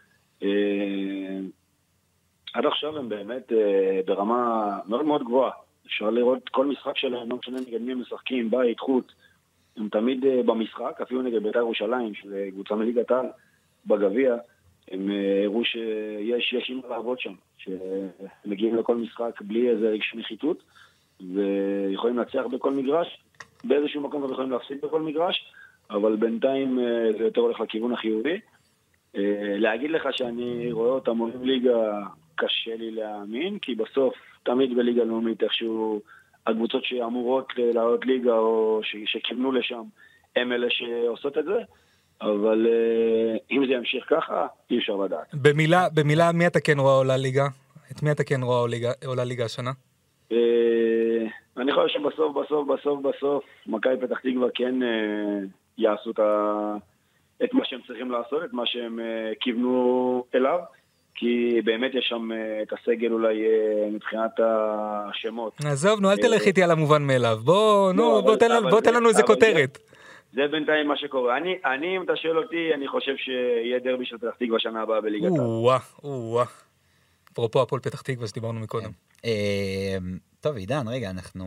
עד עכשיו הם באמת ברמה מאוד מאוד גבוהה. אפשר לראות כל משחק שלהם, לא משנה נגד מי הם משחקים, בית, חוץ. הם תמיד במשחק, אפילו נגד בית"ר ירושלים, שזה קבוצה מליגת העל בגביע, הם הראו שיש יש עם לעבוד שם, שמגיעים לכל משחק בלי איזה רגש נחיתות, ויכולים להצליח בכל מגרש, באיזשהו מקום ויכולים להפסיד בכל מגרש, אבל בינתיים זה יותר הולך לכיוון החיובי. להגיד לך שאני רואה אותם עולים ליגה, קשה לי להאמין, כי בסוף תמיד בליגה לאומית איכשהו הקבוצות שאמורות לעלות ליגה או שכיוונו לשם, הם אלה שעושות את זה, אבל אם זה ימשיך ככה, אי אפשר לדעת. במילה, במילה, מי אתה כן רואה עולה ליגה? את מי אתה כן רואה עולה ליגה השנה? אני חושב שבסוף, בסוף, בסוף, בסוף, מכבי פתח תקווה כן יעשו את מה שהם צריכים לעשות, את מה שהם כיוונו אליו, כי באמת יש שם את הסגל אולי מבחינת השמות. עזוב, נו, אל תלך איתי על המובן מאליו. בוא, נו, בוא תן לנו איזה כותרת. זה בינתיים מה שקורה. אני, אני, אם אתה שואל אותי, אני חושב שיהיה דרבי של פתח תקווה שנה הבאה בליגת העל. או-אה, או-אה. אפרופו הפועל פתח תקווה שדיברנו מקודם. טוב, עידן, רגע, אנחנו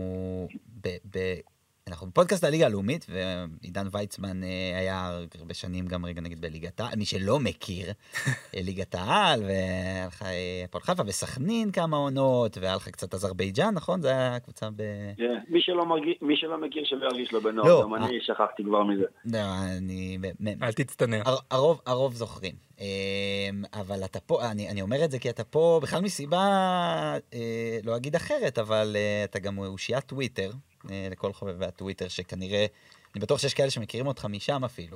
אנחנו בפודקאסט הליגה הלאומית, ועידן ויצמן היה הרבה שנים גם רגע נגיד בליגת העל, מי שלא מכיר, ליגת העל, והלכה הפועל חיפה וסכנין כמה עונות, והלכה קצת אזרבייג'אן, נכון? זה היה קבוצה ב... מי שלא מכיר שלא ירגיש לו בנוער, גם אני שכחתי כבר מזה. לא, אני... אל תצטנע. הרוב זוכרים. אבל אתה פה, אני אומר את זה כי אתה פה בכלל מסיבה, לא אגיד אחרת, אבל אתה גם אושיית טוויטר, לכל חובבי הטוויטר, שכנראה, אני בטוח שיש כאלה שמכירים אותך משם אפילו.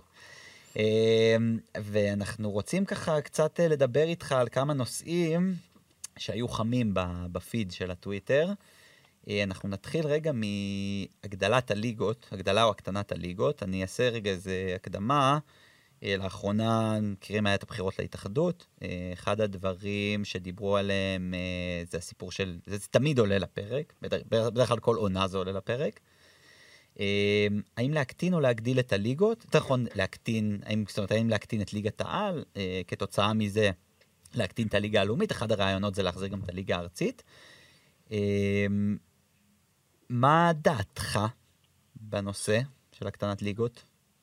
ואנחנו רוצים ככה קצת לדבר איתך על כמה נושאים שהיו חמים בפיד של הטוויטר. אנחנו נתחיל רגע מהגדלת הליגות, הגדלה או הקטנת הליגות. אני אעשה רגע איזה הקדמה. לאחרונה מכירים היה את הבחירות להתאחדות. אחד הדברים שדיברו עליהם זה הסיפור של, זה תמיד עולה לפרק, בדרך כלל כל עונה זה עולה לפרק. האם להקטין או להגדיל את הליגות? יותר נכון להקטין, האם, זאת אומרת, האם להקטין את ליגת העל, כתוצאה מזה להקטין את הליגה הלאומית, אחד הרעיונות זה להחזיר גם את הליגה הארצית. מה דעתך בנושא של הקטנת ליגות?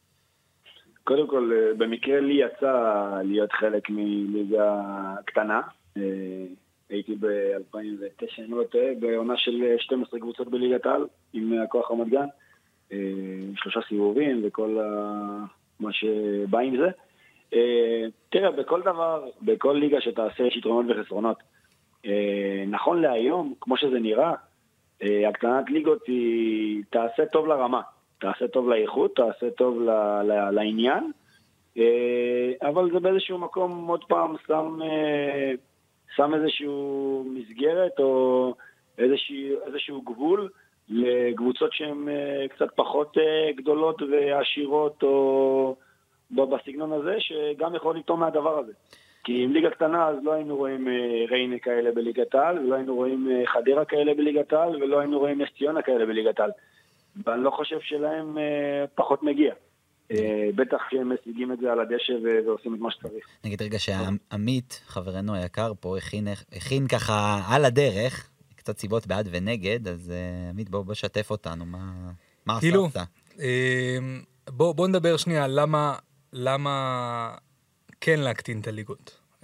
קודם כל, במקרה לי יצא להיות חלק מליגה קטנה. הייתי ב-אלפיים ותשע, אני לא טועה, בעונה של שתים עשרה קבוצות בליגת העל, עם הכוח רמת גן, שלושה סיבובים וכל מה שבא עם זה. תראה, בכל דבר, בכל ליגה שתעשה יש יתרונות וחסרונות. נכון להיום, כמו שזה נראה, הקטנת ליגות היא תעשה טוב לרמה. תעשה טוב לאיכות, תעשה טוב ל- ל- לעניין, אבל זה באיזשהו מקום עוד פעם שם, שם איזשהו מסגרת או איזשהו, איזשהו גבול לקבוצות שהן קצת פחות גדולות ועשירות או בסגנון הזה, שגם יכול לטעום מהדבר הזה. כי עם ליגה קטנה אז לא היינו רואים ריינה כאלה בליגת העל, ולא היינו רואים חדרה כאלה בליגת העל, ולא היינו רואים נס ציונה כאלה בליגת העל. ואני לא חושב שלהם אה, פחות מגיע. אה, בטח שהם משיגים את זה על הדשא ו- ועושים את מה שצריך. נגיד רגע שעמית, חברנו היקר פה, הכין, הכין ככה על הדרך, קצת סיבות בעד ונגד, אז אה, עמית בוא, בוא שתף אותנו, מה, מה כאילו, עשת? אה, בוא, בוא נדבר שנייה למה, למה כן להקטין את הליגות. אה,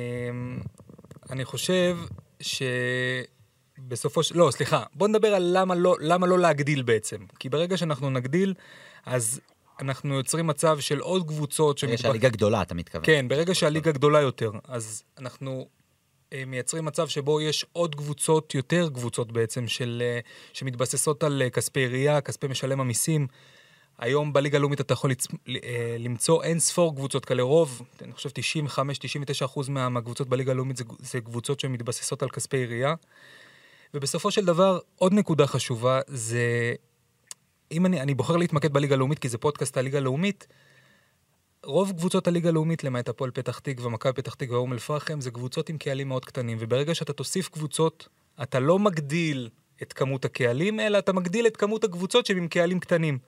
אני חושב ש... בסופו של... לא, סליחה. בוא נדבר על למה לא, למה לא להגדיל בעצם. כי ברגע שאנחנו נגדיל, אז אנחנו יוצרים מצב של עוד קבוצות... ברגע שהליגה גדולה, אתה מתכוון. כן, ברגע שהליגה גדולה יותר. אז אנחנו מייצרים מצב שבו יש עוד קבוצות, יותר קבוצות בעצם, של, שמתבססות על כספי עירייה, כספי משלם המיסים. היום בליגה הלאומית אתה יכול לצ... למצוא אין ספור קבוצות כאלה. רוב, אני חושב תשעים וחמש תשעים ותשע אחוז מהקבוצות בליגה הלאומית זה, זה קבוצות שמתבססות על כספי עירייה. ובסופו של דבר, עוד נקודה חשובה, זה, אם אני, אני בוחר להתמקד בליגה הלאומית, כי זה פודקאסט הליגה הלאומית, רוב קבוצות הליגה הלאומית, למעט הפועל פתח תקווה, מכבי פתח תקווה ואום אל-פחם, זה קבוצות עם קהלים מאוד קטנים, וברגע שאתה תוסיף קבוצות, אתה לא מגדיל את כמות הקהלים, אלא אתה מגדיל את כמות הקבוצות שהם עם קהלים קטנים.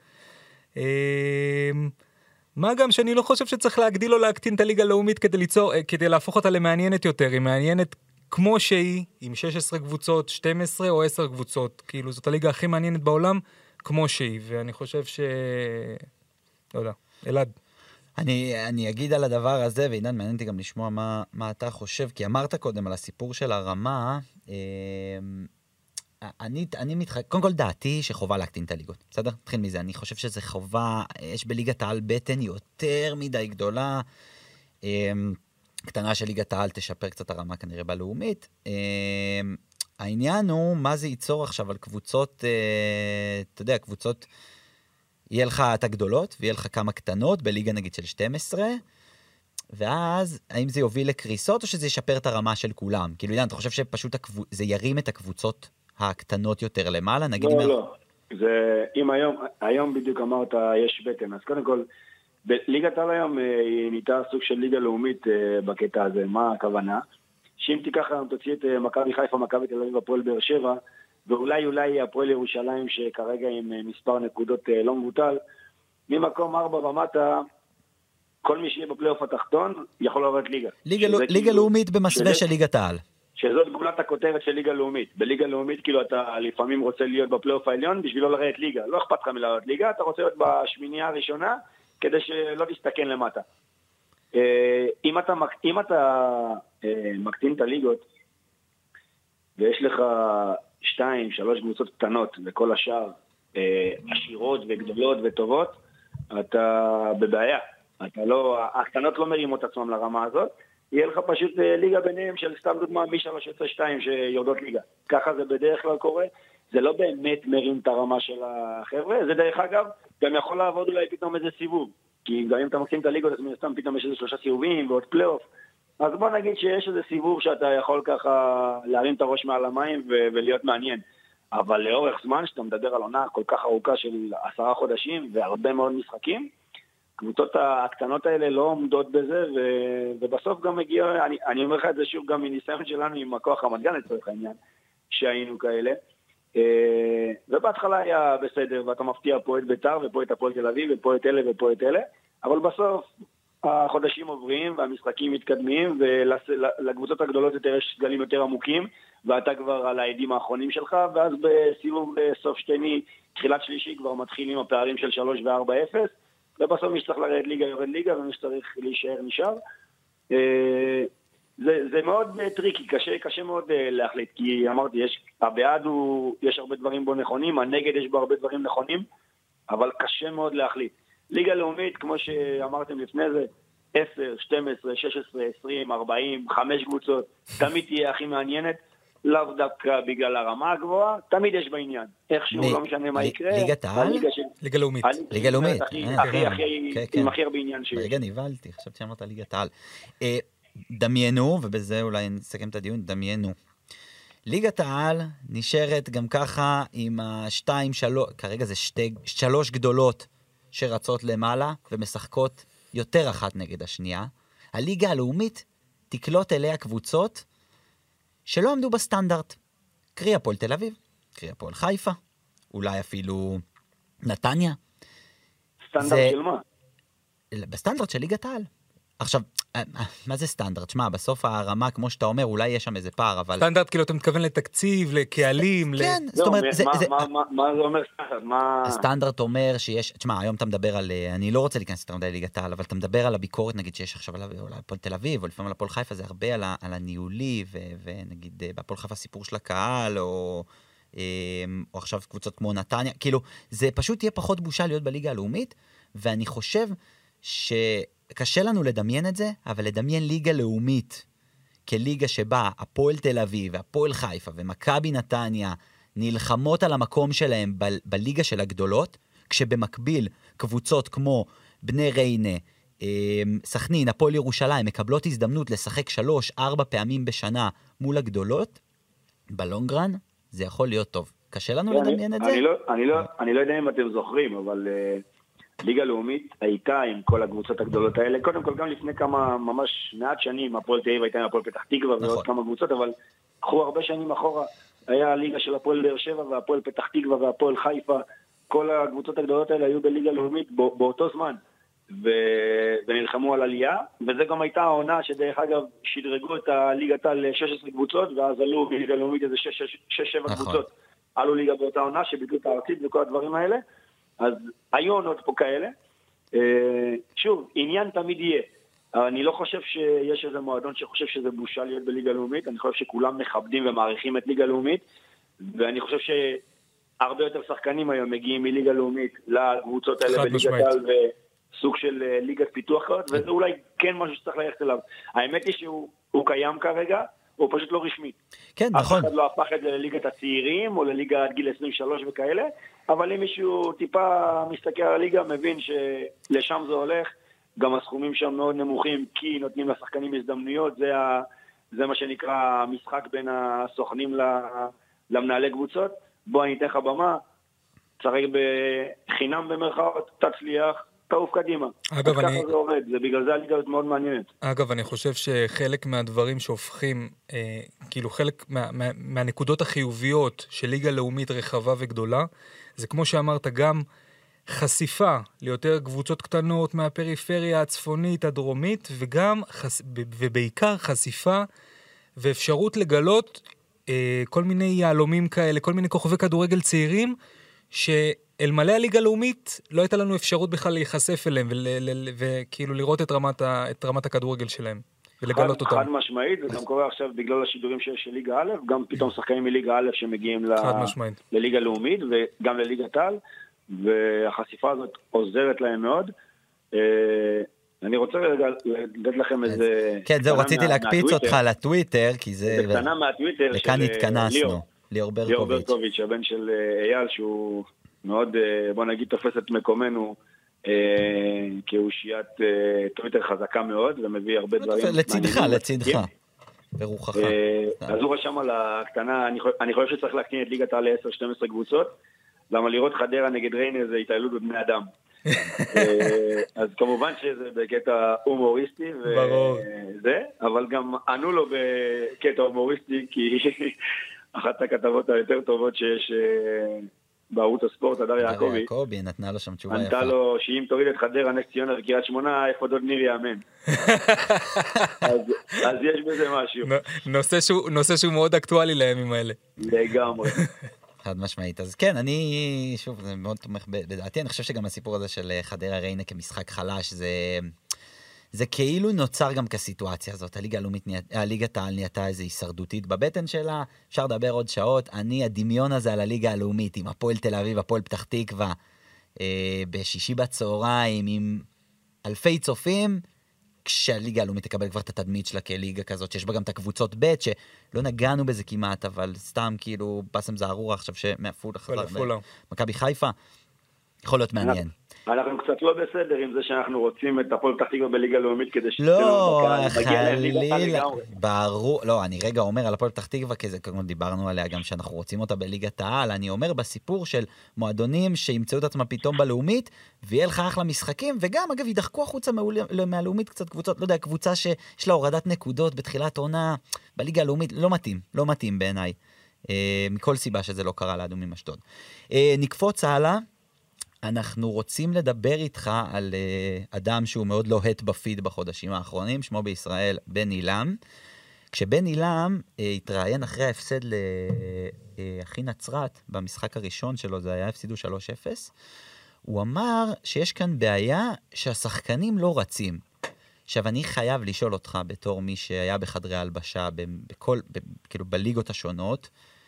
מה גם שאני לא חושב שצריך להגדיל או להקטין את הליגה הלאומית כדי ליצור, כדי להפוך אותה למעניינת יותר, היא מעניינת כמו שהיא, עם שש עשרה קבוצות, שתים עשרה או עשר קבוצות, כאילו זאת הליגה הכי מעניינת בעולם, כמו שהיא, ואני חושב ש... לא יודע, אלעד. אני, אני אגיד על הדבר הזה, ועידן, מעניין אותי גם לשמוע מה, מה אתה חושב, כי אמרת קודם על הסיפור של הרמה, אה, אני, אני מתח... קודם כל דעתי שחובה להקטין את הליגות, בסדר? תתחיל מזה, אני חושב שזה חובה, יש בליגת העל בטן יותר מדי גדולה, אה, קטנה של ליגת העל תשפר קצת הרמה כנראה בלאומית. העניין הוא מה זה ייצור עכשיו על קבוצות, אתה יודע, קבוצות יהיה לך את הגדולות, ויהיה לך כמה קטנות, בליגה נגיד של שתים עשרה, ואז, האם זה יוביל לקריסות, או שזה ישפר את הרמה של כולם? כאילו, עידן, אתה חושב שפשוט הקבוצ... זה ירים את הקבוצות הקטנות יותר למעלה? נגיד לא, אם... לא. זה, אם היום, היום בדיוק אמרת, יש בטן. אז קודם כל, ליגת העל היום היא נהייתה סוג של ליגה לאומית בקטע הזה. מה הכוונה? שאם תיקח, תוציא את מכבי חיפה, מכבי תל אביב, הפועל באר שבע, ואולי אולי הפועל ירושלים, שכרגע עם מספר נקודות לא מבוטל, ממקום ארבע ומטה, כל מי שיהיה בפלייאוף התחתון יכול לעבור את ליגה. ליגה, ליגה כאילו, לאומית במסווה של ליגת העל. שזאת גולת הכותרת של ליגה לאומית. בליגה לאומית כאילו אתה לפעמים רוצה להיות בפלייאוף העליון בשביל לא לרדת ליגה. לא אכפת לך מלרדת ליגה, אתה רוצה להיות בשמינייה הראשונה כדי שלא תסתכן למטה. אם אתה, אם אתה מקטין את הליגות ויש לך שתיים, שלוש קבוצות קטנות וכל השאר עשירות וגדולות וטובות, אתה בבעיה. אתה לא, הקטנות לא מרימות עצמם לרמה הזאת, יהיה לך פשוט ליגה ביניהם של סתם דוגמה מ-שלוש עד שתיים שיורדות ליגה. ככה זה בדרך כלל קורה, זה לא באמת מרים את הרמה של החבר'ה, זה דרך אגב, גם יכול לעבוד אולי פתאום איזה סיבוב, כי גם אם אתה מקטין את הליגות, אז סתם פתאום יש איזה שלושה סיבובים ועוד פלייאוף, אז בוא נגיד שיש איזה סיבוב שאתה יכול ככה להרים את הראש מעל המים ו- ולהיות מעניין. אבל לאורך זמן, שאתה מדבר על עונה כל כך ארוכה של עשרה חודשים והרבה מאוד משחקים, הקבוצות הקטנות האלה לא עומדות בזה, ו- ובסוף גם מגיע, אני, אני אומר לך את זה שוב גם מניסיון שלנו עם הכוח רמת גן לצורך העניין, שהיינו כאלה, ובהתחלה היה בסדר, ואתה מפתיע פה את ביתר, ופה את הפועל תל אביב, ופה את אלה ופה את אלה, אבל בסוף החודשים עוברים, והמשחקים מתקדמים, ולקבוצות הגדולות יותר יש גלים יותר עמוקים, ואתה כבר על העדים האחרונים שלך, ואז בסיבוב סוף שני, תחילת שלישי, כבר מתחילים הפערים של שלוש וארבע אפס, ובסוף מי שצריך לרדת ליגה יורד ליגה, ומי שצריך להישאר נשאר. זה, זה מאוד טריקי, קשה, קשה מאוד להחליט, כי אמרתי, יש, הבעד הוא, יש הרבה דברים בו נכונים, הנגד יש בו הרבה דברים נכונים, אבל קשה מאוד להחליט. ליגה לאומית, כמו שאמרתם לפני זה, עשר, שתים עשרה, שש עשרה, עשרים, ארבעים, חמש קבוצות, תמיד תהיה הכי מעניינת, לאו דווקא בגלל הרמה הגבוהה, תמיד יש בעניין. איכשהו לא משנה מה יקרה. ליגת העל? ליגה לאומית. ליגה לאומית. עם הכי הרבה עניין שיש. רגע, נבלתי, חשבתי שאמרת ליגת העל. דמיינו, ובזה אולי נסכם את הדיון, דמיינו. ליגת העל נשארת גם ככה עם השתיים, שלוש, כרגע זה שתי, שלוש גדולות שרצות למעלה ומשחקות יותר אחת נגד השנייה. הליגה הלאומית תקלוט אליה קבוצות שלא עמדו בסטנדרט. קרי הפועל תל אביב, קרי הפועל חיפה, אולי אפילו נתניה. סטנדרט זה... של מה? בסטנדרט של ליגת העל. עכשיו, מה זה סטנדרט? שמה, בסוף הרמה, כמו שאתה אומר, אולי יש שם איזה פער, אבל... סטנדרט, כאילו, אתה מתכוון לתקציב, לקהלים, כן, זאת אומרת... מה זה אומר סטנדרט? הסטנדרט אומר שיש... תשמע, היום אתה מדבר על... אני לא רוצה להיכנס יותר מדי ליגת העל, אבל אתה מדבר על הביקורת, נגיד, שיש עכשיו על הפועל תל אביב, או לפעמים על הפועל חיפה, זה הרבה על הניהולי, ונגיד, בפועל חיפה סיפור של הקהל, או עכשיו קבוצות כמו נתניה, כאילו, זה פשוט יהיה פחות בושה להיות בליגה הלאומית, ואני חושב ש... קשה לנו לדמיין את זה, אבל לדמיין ליגה לאומית, כליגה שבה הפועל תל אביב, והפועל חיפה, ומכבי נתניה, נלחמות על המקום שלהם ב- בליגה של הגדולות, כשבמקביל קבוצות כמו בני ריינה, סכנין, הפועל ירושלים, מקבלות הזדמנות לשחק שלוש, ארבע פעמים בשנה מול הגדולות, בלונגרן, זה יכול להיות טוב. קשה לנו לדמיין את זה? אני לא, אני לא, אני לא יודע אם אתם זוכרים, אבל... ליגה לאומית הייתה עם כל הקבוצות הגדולות האלה, קודם כל גם לפני כמה, ממש מעט שנים, הפועל תל אביב הייתה עם הפועל פתח תקווה ועוד נכון. כמה קבוצות, אבל קחו הרבה שנים אחורה, היה הליגה של הפועל באר שבע והפועל פתח תקווה והפועל חיפה, כל הקבוצות הגדולות האלה היו בליגה לאומית בא, באותו זמן, ו... ונלחמו על עלייה, וזה גם הייתה העונה שדרך אגב שדרגו את הליגת ל-שש עשרה קבוצות, ואז עלו בליגה לאומית איזה שש שבע נכון. קבוצות, עלו ליגה באותה עונה שביטלו את הארצית וכל הדברים האלה, אז היו עונות פה כאלה. שוב, עניין תמיד יהיה. אבל אני לא חושב שיש איזה מועדון שחושב שזה בושה להיות בליגה לאומית. אני חושב שכולם מכבדים ומעריכים את ליגה לאומית. ואני חושב שהרבה יותר שחקנים היום מגיעים מליגה לאומית לקבוצות האלה בליגת העל וסוג של ליגת פיתוח כזאת. וזה אולי כן משהו שצריך ללכת אליו. האמת היא שהוא קיים כרגע. הוא פשוט לא רשמי. כן, נכון. אף אחד לא הפך את זה לליגת הצעירים, או לליגה עד גיל עשרים ושלוש וכאלה, אבל אם מישהו טיפה מסתכל על הליגה, מבין שלשם זה הולך, גם הסכומים שם מאוד נמוכים, כי נותנים לשחקנים הזדמנויות, זה, ה, זה מה שנקרא משחק בין הסוכנים למנהלי קבוצות. בוא אני אתן לך במה, צריך בחינם במרכאות, תצליח, תעוף קדימה. אגב, אני... ככה זה עובד, זה בגלל זה הליגה מאוד מעניינת. אגב, אני חושב שחלק מהדברים שהופכים, אה, כאילו חלק מה, מה, מהנקודות החיוביות של ליגה לאומית רחבה וגדולה, זה כמו שאמרת, גם חשיפה ליותר קבוצות קטנות מהפריפריה הצפונית, הדרומית, וגם, חש... ובעיקר חשיפה ואפשרות לגלות אה, כל מיני יעלומים כאלה, כל מיני כוכבי כדורגל צעירים, שאלמלא הליגה הלאומית לא הייתה לנו אפשרות בכלל להיחשף אליהם, וכאילו לראות את רמת, את רמת הכדורגל שלהם, ולגלות אותם. חד משמעית, זה גם קורה עכשיו בגלל השידורים שיש של ליגה א', גם פתאום שחקנים מליגה א' שמגיעים לליגה לאומית, וגם לליגה טל, והחשיפה הזאת עוזרת להם מאוד. אני רוצה לתת לכם איזה... כן, זהו, רציתי להקפיץ אותך לטוויטר, כי זה... זה קטנה מהטוויטר לכאן התכנסנו. ליאור ברקוביץ', הבן של אייל, שהוא מאוד, בוא נגיד, תופס את מקומנו כאושיית טוויטר חזקה מאוד, ומביא הרבה דברים. לצדך, לצדך. ברוחך. אז הוא רשם על הקטנה, אני חושב שצריך להקטין את ליגת העל ל-עשר שתים עשרה קבוצות, למה לראות חדרה נגד ריינה זה התעללות בבני אדם. אז כמובן שזה בקטע הומוריסטי, וזה, אבל גם ענו לו בקטע הומוריסטי, כי... אחת הכתבות היותר טובות שיש בערוץ הספורט, הדר יעקבי. יעקבי, נתנה לו שם תשובה יפה. ענתה לו שאם תוריד את חדרה, נס ציונה וקריית שמונה, איפה דוד ניר יאמן. אז יש בזה משהו. נושא שהוא מאוד אקטואלי לימים האלה. לגמרי. חד משמעית. אז כן, אני, שוב, זה מאוד תומך בדעתי. אני חושב שגם הסיפור הזה של חדרה ריינה כמשחק חלש, זה... זה כאילו נוצר גם כסיטואציה הזאת, הליגה הלאומית, הליגת העל נהייתה איזו הישרדותית בבטן שלה, אפשר לדבר עוד שעות, אני הדמיון הזה על הליגה הלאומית, עם הפועל תל אביב, הפועל פתח תקווה, אה, בשישי בצהריים, עם אלפי צופים, כשהליגה הלאומית תקבל כבר את התדמית שלה כליגה כזאת, שיש בה גם את הקבוצות ב' שלא נגענו בזה כמעט, אבל סתם כאילו, בסם זערורה עכשיו שמאפול חזר, מכבי חיפה, יכול להיות מעניין. אנחנו קצת לא בסדר עם זה שאנחנו רוצים את הפועל פתח תקווה בליגה לאומית כדי שתצא לא, חלילה, ברור, לא, אני רגע אומר על הפועל פתח תקווה, כי זה כמו דיברנו עליה גם שאנחנו רוצים אותה בליגת העל, אני אומר בסיפור של מועדונים שימצאו את עצמם פתאום בלאומית, ויהיה לך אחלה משחקים, וגם אגב ידחקו החוצה מהלאומית קצת קבוצות, לא יודע, קבוצה שיש לה הורדת נקודות בתחילת עונה, בליגה הלאומית, לא מתאים, לא מתאים בעיניי, מכל סיבה שזה לא קרה לאדומים אשדוד. נקפוץ הלאה, אנחנו רוצים לדבר איתך על uh, אדם שהוא מאוד לוהט בפיד בחודשים האחרונים, שמו בישראל בן אילם. כשבן אילם uh, התראיין אחרי ההפסד לאחי uh, נצרת, במשחק הראשון שלו, זה היה הפסידו שלוש אפס, הוא אמר שיש כאן בעיה שהשחקנים לא רצים. עכשיו אני חייב לשאול אותך בתור מי שהיה בחדרי הלבשה, בכל, ב, כאילו בליגות השונות,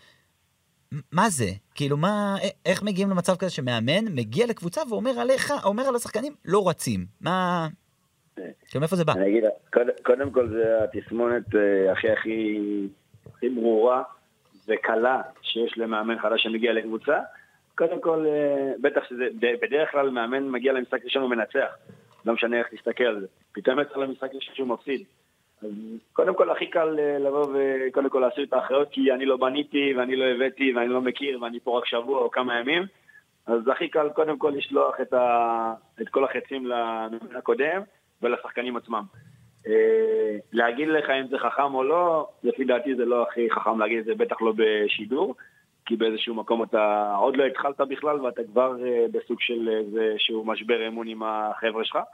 מה זה? כאילו, מה, איך מגיעים למצב כזה שמאמן מגיע לקבוצה ואומר עליך, אומר על השחקנים, לא רצים. מה... כאילו, מאיפה זה בא? אני אגיד, קודם כל זה התסמונת הכי הכי הכי ברורה וקלה שיש למאמן חדש שמגיע לקבוצה. קודם כל, בטח שזה, בדרך כלל מאמן מגיע למשחק ראשון ומנצח. לא משנה איך תסתכל על זה. פתאום יצא למשחק ראשון שהוא מפסיד. אז קודם כל הכי קל לבוא וקודם כל להסיר את האחריות, כי אני לא בניתי ואני לא הבאתי ואני לא מכיר ואני פה רק שבוע או כמה ימים, אז הכי קל קודם כל לשלוח את, ה... את כל החצים למאמן הקודם ולשחקנים עצמם. להגיד לך אם זה חכם או לא, לפי דעתי זה לא הכי חכם להגיד את זה, בטח לא בשידור, כי באיזשהו מקום אתה עוד לא התחלת בכלל ואתה כבר בסוג של איזשהו משבר אמון עם החבר'ה שלך.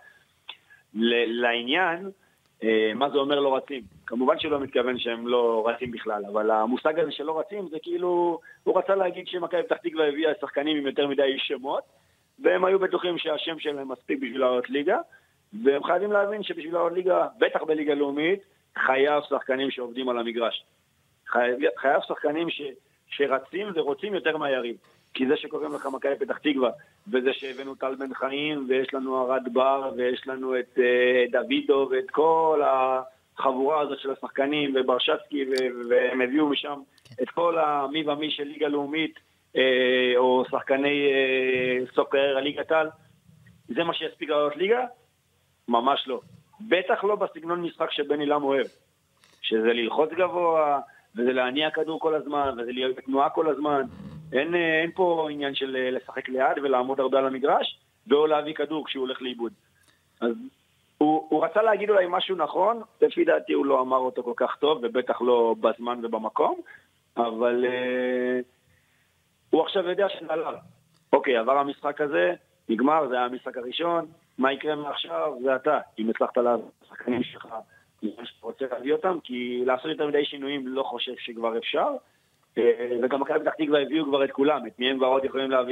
לעניין, מה זה אומר לא רצים? כמובן שלא מתכוון שהם לא רצים בכלל, אבל המושג הזה שלא רצים זה כאילו, הוא רצה להגיד שמכבי פתח תקווה הביאה שחקנים עם יותר מדי שמות, והם היו בטוחים שהשם שלהם מספיק בשביל לעלות ליגה, והם חייבים להבין שבשביל לעלות ליגה, בטח בליגה לאומית, חייב שחקנים שעובדים על המגרש. חייב, חייב שחקנים ש, שרצים ורוצים יותר מהיריב. כי זה שקוראים לך מכבי פתח תקווה, וזה שהבאנו טל בן חיים, ויש לנו ארד בר, ויש לנו את uh, דוידו, ואת כל החבורה הזאת של השחקנים וברשצקי, והם הביאו משם את כל המי ומי של ליגה לאומית, או שחקני סוקר הליגת העל. זה מה שיספיק לעלות ליגה? ממש לא. בטח לא בסגנון משחק שבן אילם אוהב. שזה ללחוץ גבוה, וזה להניע כדור כל הזמן, וזה להיות בתנועה כל הזמן. אין, אין פה עניין של לשחק ליד ולעמוד הרבה על המגרש, ואו להביא כדור כשהוא הולך לאיבוד. אז הוא, הוא רצה להגיד אולי משהו נכון, לפי דעתי הוא לא אמר אותו כל כך טוב, ובטח לא בזמן ובמקום, אבל uh, הוא עכשיו יודע שנעלר. אוקיי, עבר המשחק הזה, נגמר, זה היה המשחק הראשון, מה יקרה מעכשיו? זה אתה. אם הצלחת לשחקנים שלך, אם אתה רוצה להביא אותם, כי לעשות יותר מדי שינויים לא חושב שכבר אפשר, וגם מכבי פתח תקווה הביאו כבר את כולם, את מי הם ועוד יכולים להביא.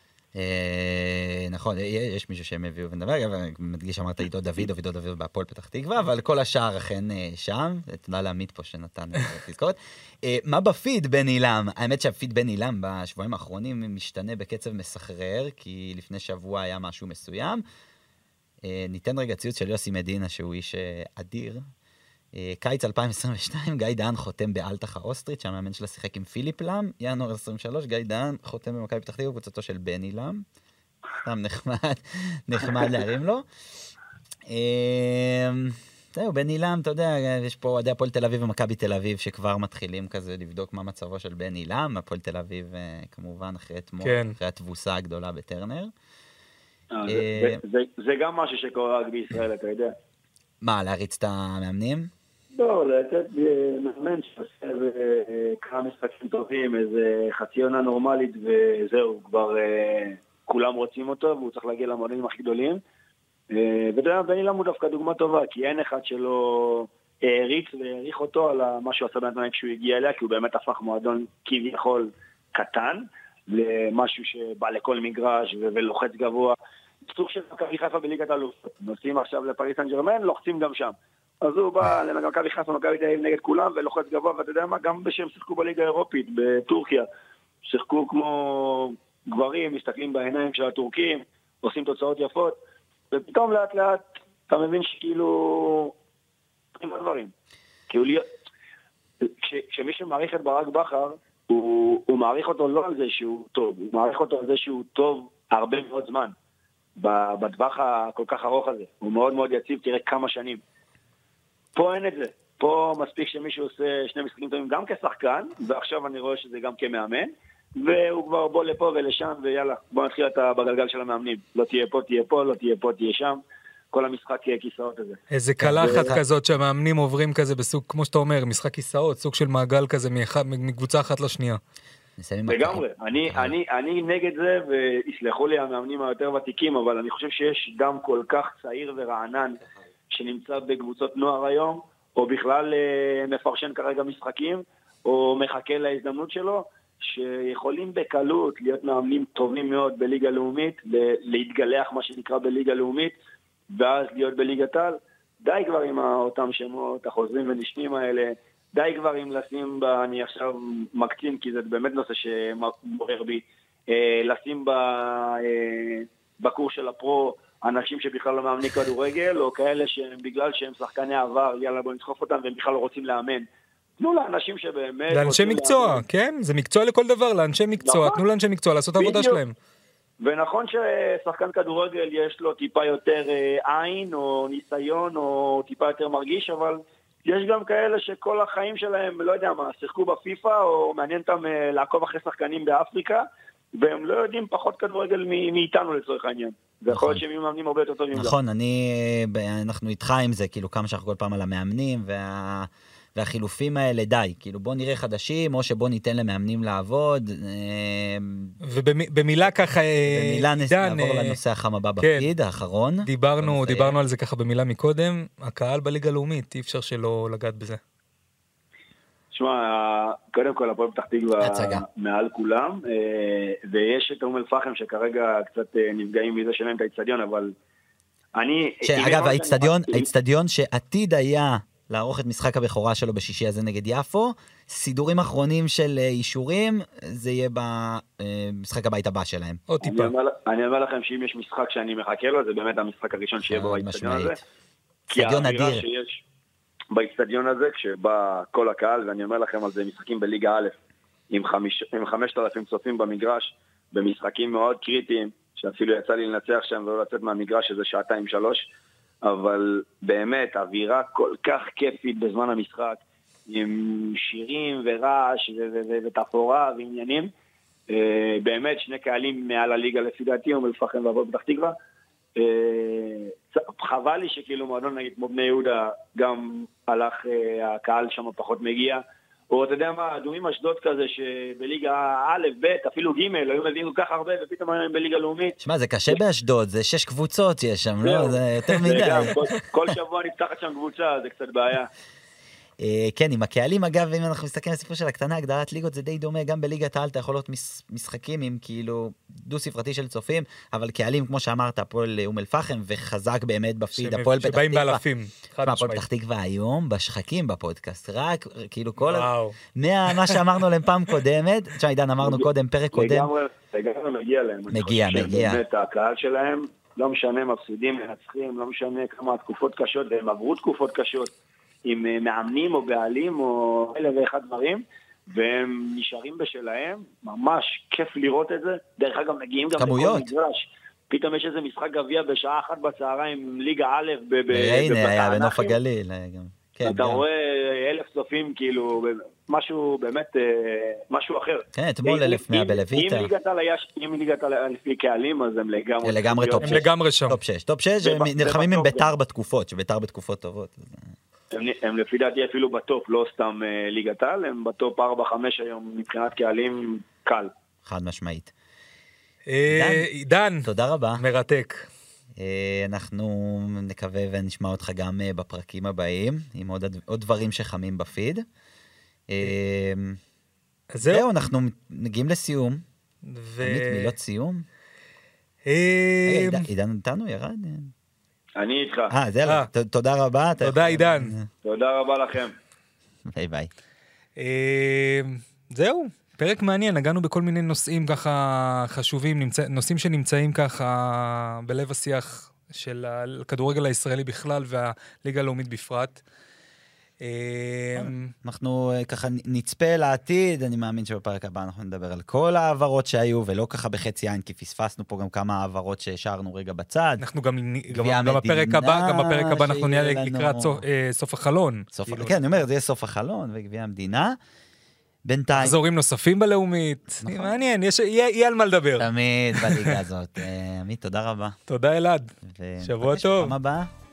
נכון, יש מישהו שהם הביאו ונדבר, אבל מדגיש אמרת עידו דוד, עידו דוד בהפועל פתח תקווה, אבל כל השאר אכן שם, תודה לעמית פה שנתן תזכורת. מה בפיד בן אילם? האמת שהפיד בן אילם בשבועיים האחרונים משתנה בקצב מסחרר, כי לפני שבוע היה משהו מסוים. ניתן רגע ציוץ של יוסי מדינה, שהוא איש אדיר. קיץ אלפיים עשרים ושתיים, גיא דהן חותם באלטח האוסטרית, שהמאמן שלה שיחק עם פיליפ לם. ינואר עשרים ושלוש, גיא דהן חותם במכבי פתח תקווה, קבוצתו של בן אילם. סתם נחמד, נחמד להרים לו. זהו, בן אילם, אתה יודע, יש פה אוהדי הפועל תל אביב ומכבי תל אביב, שכבר מתחילים כזה לבדוק מה מצבו של בן אילם. הפועל תל אביב, כמובן, אחרי אתמול, אחרי התבוסה הגדולה בטרנר. זה גם משהו שקורה רק בישראל, אתה יודע. מה, להריץ את המאמנים? לא, לתת מאמן שעושה כמה משחקים טובים, איזה חצי עונה נורמלית, וזהו, כבר כולם רוצים אותו, והוא צריך להגיע למועדונים הכי גדולים. ואתה יודע, בן אילם הוא דווקא דוגמה טובה, כי אין אחד שלא העריץ והעריך אותו על מה שהוא עשה בנתניה כשהוא הגיע אליה, כי הוא באמת הפך מועדון כביכול קטן, למשהו שבא לכל מגרש ולוחץ גבוה. סוג של מכבי חיפה בליגת האלופות. נוסעים עכשיו לפריס סן ז'רמן, לוחצים גם שם. אז הוא בא למכבי חיפה, מכבי תל אביב נגד כולם, ולוחץ גבוה, ואתה יודע מה, גם בשם שיחקו בליגה האירופית, בטורקיה. שיחקו כמו גברים, מסתכלים בעיניים של הטורקים, עושים תוצאות יפות, ופתאום לאט לאט אתה מבין שכאילו עם הדברים. כאילו כשמישהו מעריך את ברק בכר, הוא, הוא מעריך אותו לא על זה שהוא טוב, הוא מעריך אותו על זה שהוא טוב הרבה מאוד זמן. בטווח הכל כך ארוך הזה. הוא מאוד מאוד יציב, תראה כמה שנים. פה אין את זה. פה מספיק שמישהו עושה שני משחקים טובים גם כשחקן, ועכשיו אני רואה שזה גם כמאמן, והוא כבר בוא לפה ולשם, ויאללה, בוא נתחיל את בגלגל של המאמנים. לא תהיה פה, תהיה פה, לא תהיה פה, תהיה שם. כל המשחק כיסאות הזה. איזה קלחת כזאת שהמאמנים עוברים כזה בסוג, כמו שאתה אומר, משחק כיסאות, סוג של מעגל כזה מקבוצה אחת לשנייה. לגמרי, אני, אני, אני נגד זה, ויסלחו לי המאמנים היותר ותיקים, אבל אני חושב שיש גם כל כך צעיר ורענן שנמצא בקבוצות נוער היום, או בכלל מפרשן כרגע משחקים, או מחכה להזדמנות שלו, שיכולים בקלות להיות מאמנים טובים מאוד בליגה לאומית, להתגלח מה שנקרא בליגה לאומית, ואז להיות בליגת העל. די כבר עם אותם שמות, החוזרים ונשנים האלה, די כבר אם לשים בה, אני עכשיו מקצין, כי זה באמת נושא שמעורר בי, לשים בה, בקורס של הפרו, אנשים שבכלל לא מאמנים כדורגל, או כאלה שבגלל שהם שחקני עבר, יאללה בוא נדחוף אותם, והם בכלל לא רוצים לאמן. תנו לאנשים שבאמת... לאנשי מקצוע, לאמן. כן? זה מקצוע לכל דבר, לאנשי מקצוע, נכון? תנו לאנשי מקצוע לעשות עבודה שלהם. ונכון ששחקן כדורגל יש לו טיפה יותר עין, או ניסיון, או טיפה יותר מרגיש, אבל... יש גם כאלה שכל החיים שלהם, לא יודע מה, שיחקו בפיפה, או מעניין אותם לעקוב אחרי שחקנים באפריקה, והם לא יודעים פחות כדורגל מאיתנו לצורך העניין. זה יכול להיות שהם מאמנים הרבה יותר טובים. נכון, אנחנו איתך עם זה, כאילו כמה שאנחנו כל פעם על המאמנים, וה... והחילופים האלה, די, כאילו בוא נראה חדשים, או שבוא ניתן למאמנים לעבוד. ובמילה ככה, במילה נעבור לנושא החם הבא בפיד, האחרון. דיברנו, דיברנו על זה ככה במילה מקודם, הקהל בליגה לאומית, אי אפשר שלא לגעת בזה. תשמע, קודם כל הפועל פתח תקווה מעל כולם, ויש את אום אל-פחם שכרגע קצת נפגעים מזה שלהם את האצטדיון, אבל אני... אגב, האצטדיון, האצטדיון שעתיד היה... לערוך את משחק הבכורה שלו בשישי הזה נגד יפו, סידורים אחרונים של אישורים, זה יהיה במשחק הבית הבא שלהם. עוד טיפה. אני אומר לכם שאם יש משחק שאני מחכה לו, זה באמת המשחק הראשון שיהיה בו באצטדיון הזה. אצטדיון אדיר. באצטדיון הזה, כשבא כל הקהל, ואני אומר לכם על זה, משחקים בליגה א', עם, חמיש, עם חמשת אלפים צופים במגרש, במשחקים מאוד קריטיים, שאפילו יצא לי לנצח שם ולא לצאת מהמגרש, שזה שעתיים שלוש, אבל באמת, אווירה כל כך כיפית בזמן המשחק, עם שירים ורעש ותפאורה ועניינים, באמת שני קהלים מעל הליגה לפי דעתי, אום אל-פחם והפועל פתח תקווה, חבל לי שכאילו מועדון נגיד כמו בני יהודה גם הלך, הקהל שם פחות מגיע, או אתה יודע מה, אדומים אשדוד כזה שבליגה א', ב', אפילו ג', היו מביאים כל כך הרבה ופתאום היום בליגה לאומית. שמע, זה קשה באשדוד, זה שש קבוצות יש שם, לא? זה יותר מדי. כל שבוע נפתחת שם קבוצה, זה קצת בעיה. כן, עם הקהלים, אגב, אם אנחנו מסתכלים על הסיפור של הקטנה, הגדרת ליגות זה די דומה, גם בליגת העל אתה יכול להיות משחקים עם כאילו דו ספרתי של צופים, אבל קהלים, כמו שאמרת, הפועל אום אל-פחם, וחזק באמת בפיד, הפועל פתח תקווה. שבאים באלפים. הפועל פתח תקווה היום, בשחקים בפודקאסט, רק כאילו כל... מה שאמרנו להם פעם קודמת, תשמע, עידן, אמרנו קודם, פרק קודם. לגמרי מגיע להם. מגיע, מגיע. באמת, הקהל שלהם, לא משנה, מפסידים, מנצחים, לא משנה כמה תקופות קשות, והם עברו תקופות קשות. עם מאמנים או בעלים או אלה ואחד דברים, והם נשארים בשלהם, ממש כיף לראות את זה. דרך אגב, מגיעים גם לכל מגרש. פתאום יש איזה משחק גביע בשעה אחת בצהריים עם ליגה א' הנה, היה בנוף הגליל. אתה רואה אלף צופים, כאילו, משהו באמת, משהו אחר. כן, אתמול אלף מאה בלויטה. אם ליגת על לפי קהלים, אז הם לגמרי... לגמרי טופ שש. הם לגמרי שם. טופ שש. טופ שש, הם נלחמים עם ביתר בתקופות, שביתר בתקופות טובות. הם, הם לפי דעתי אפילו בטופ, לא סתם uh, ליגת העל, הם בטופ ארבע חמש היום מבחינת קהלים קל. חד משמעית. עידן, תודה רבה. מרתק. אנחנו נקווה ונשמע אותך גם בפרקים הבאים, עם עוד, עוד דברים שחמים בפיד. זהו, אנחנו מגיעים לסיום. ו... מילות סיום. עידן נתנו, ירד? אני איתך. אה, זהו, תודה רבה. תודה, עידן. תודה רבה לכם. ביי ביי. זהו, פרק מעניין, נגענו בכל מיני נושאים ככה חשובים, נושאים שנמצאים ככה בלב השיח של הכדורגל הישראלי בכלל והליגה הלאומית בפרט. אנחנו ככה נצפה לעתיד, אני מאמין שבפרק הבא אנחנו נדבר על כל העברות שהיו, ולא ככה בחצי עין, כי פספסנו פה גם כמה העברות שהשארנו רגע בצד. אנחנו גם, גם בפרק הבא, גם בפרק הבא אנחנו נהיה לקראת סוף החלון. כן, אני אומר, זה יהיה סוף החלון, וגביע המדינה. בינתיים... מחזורים נוספים בלאומית. מעניין, יהיה על מה לדבר. תמיד בליגה הזאת. עמית, תודה רבה. תודה אלעד. שבוע טוב. בפעם הבאה.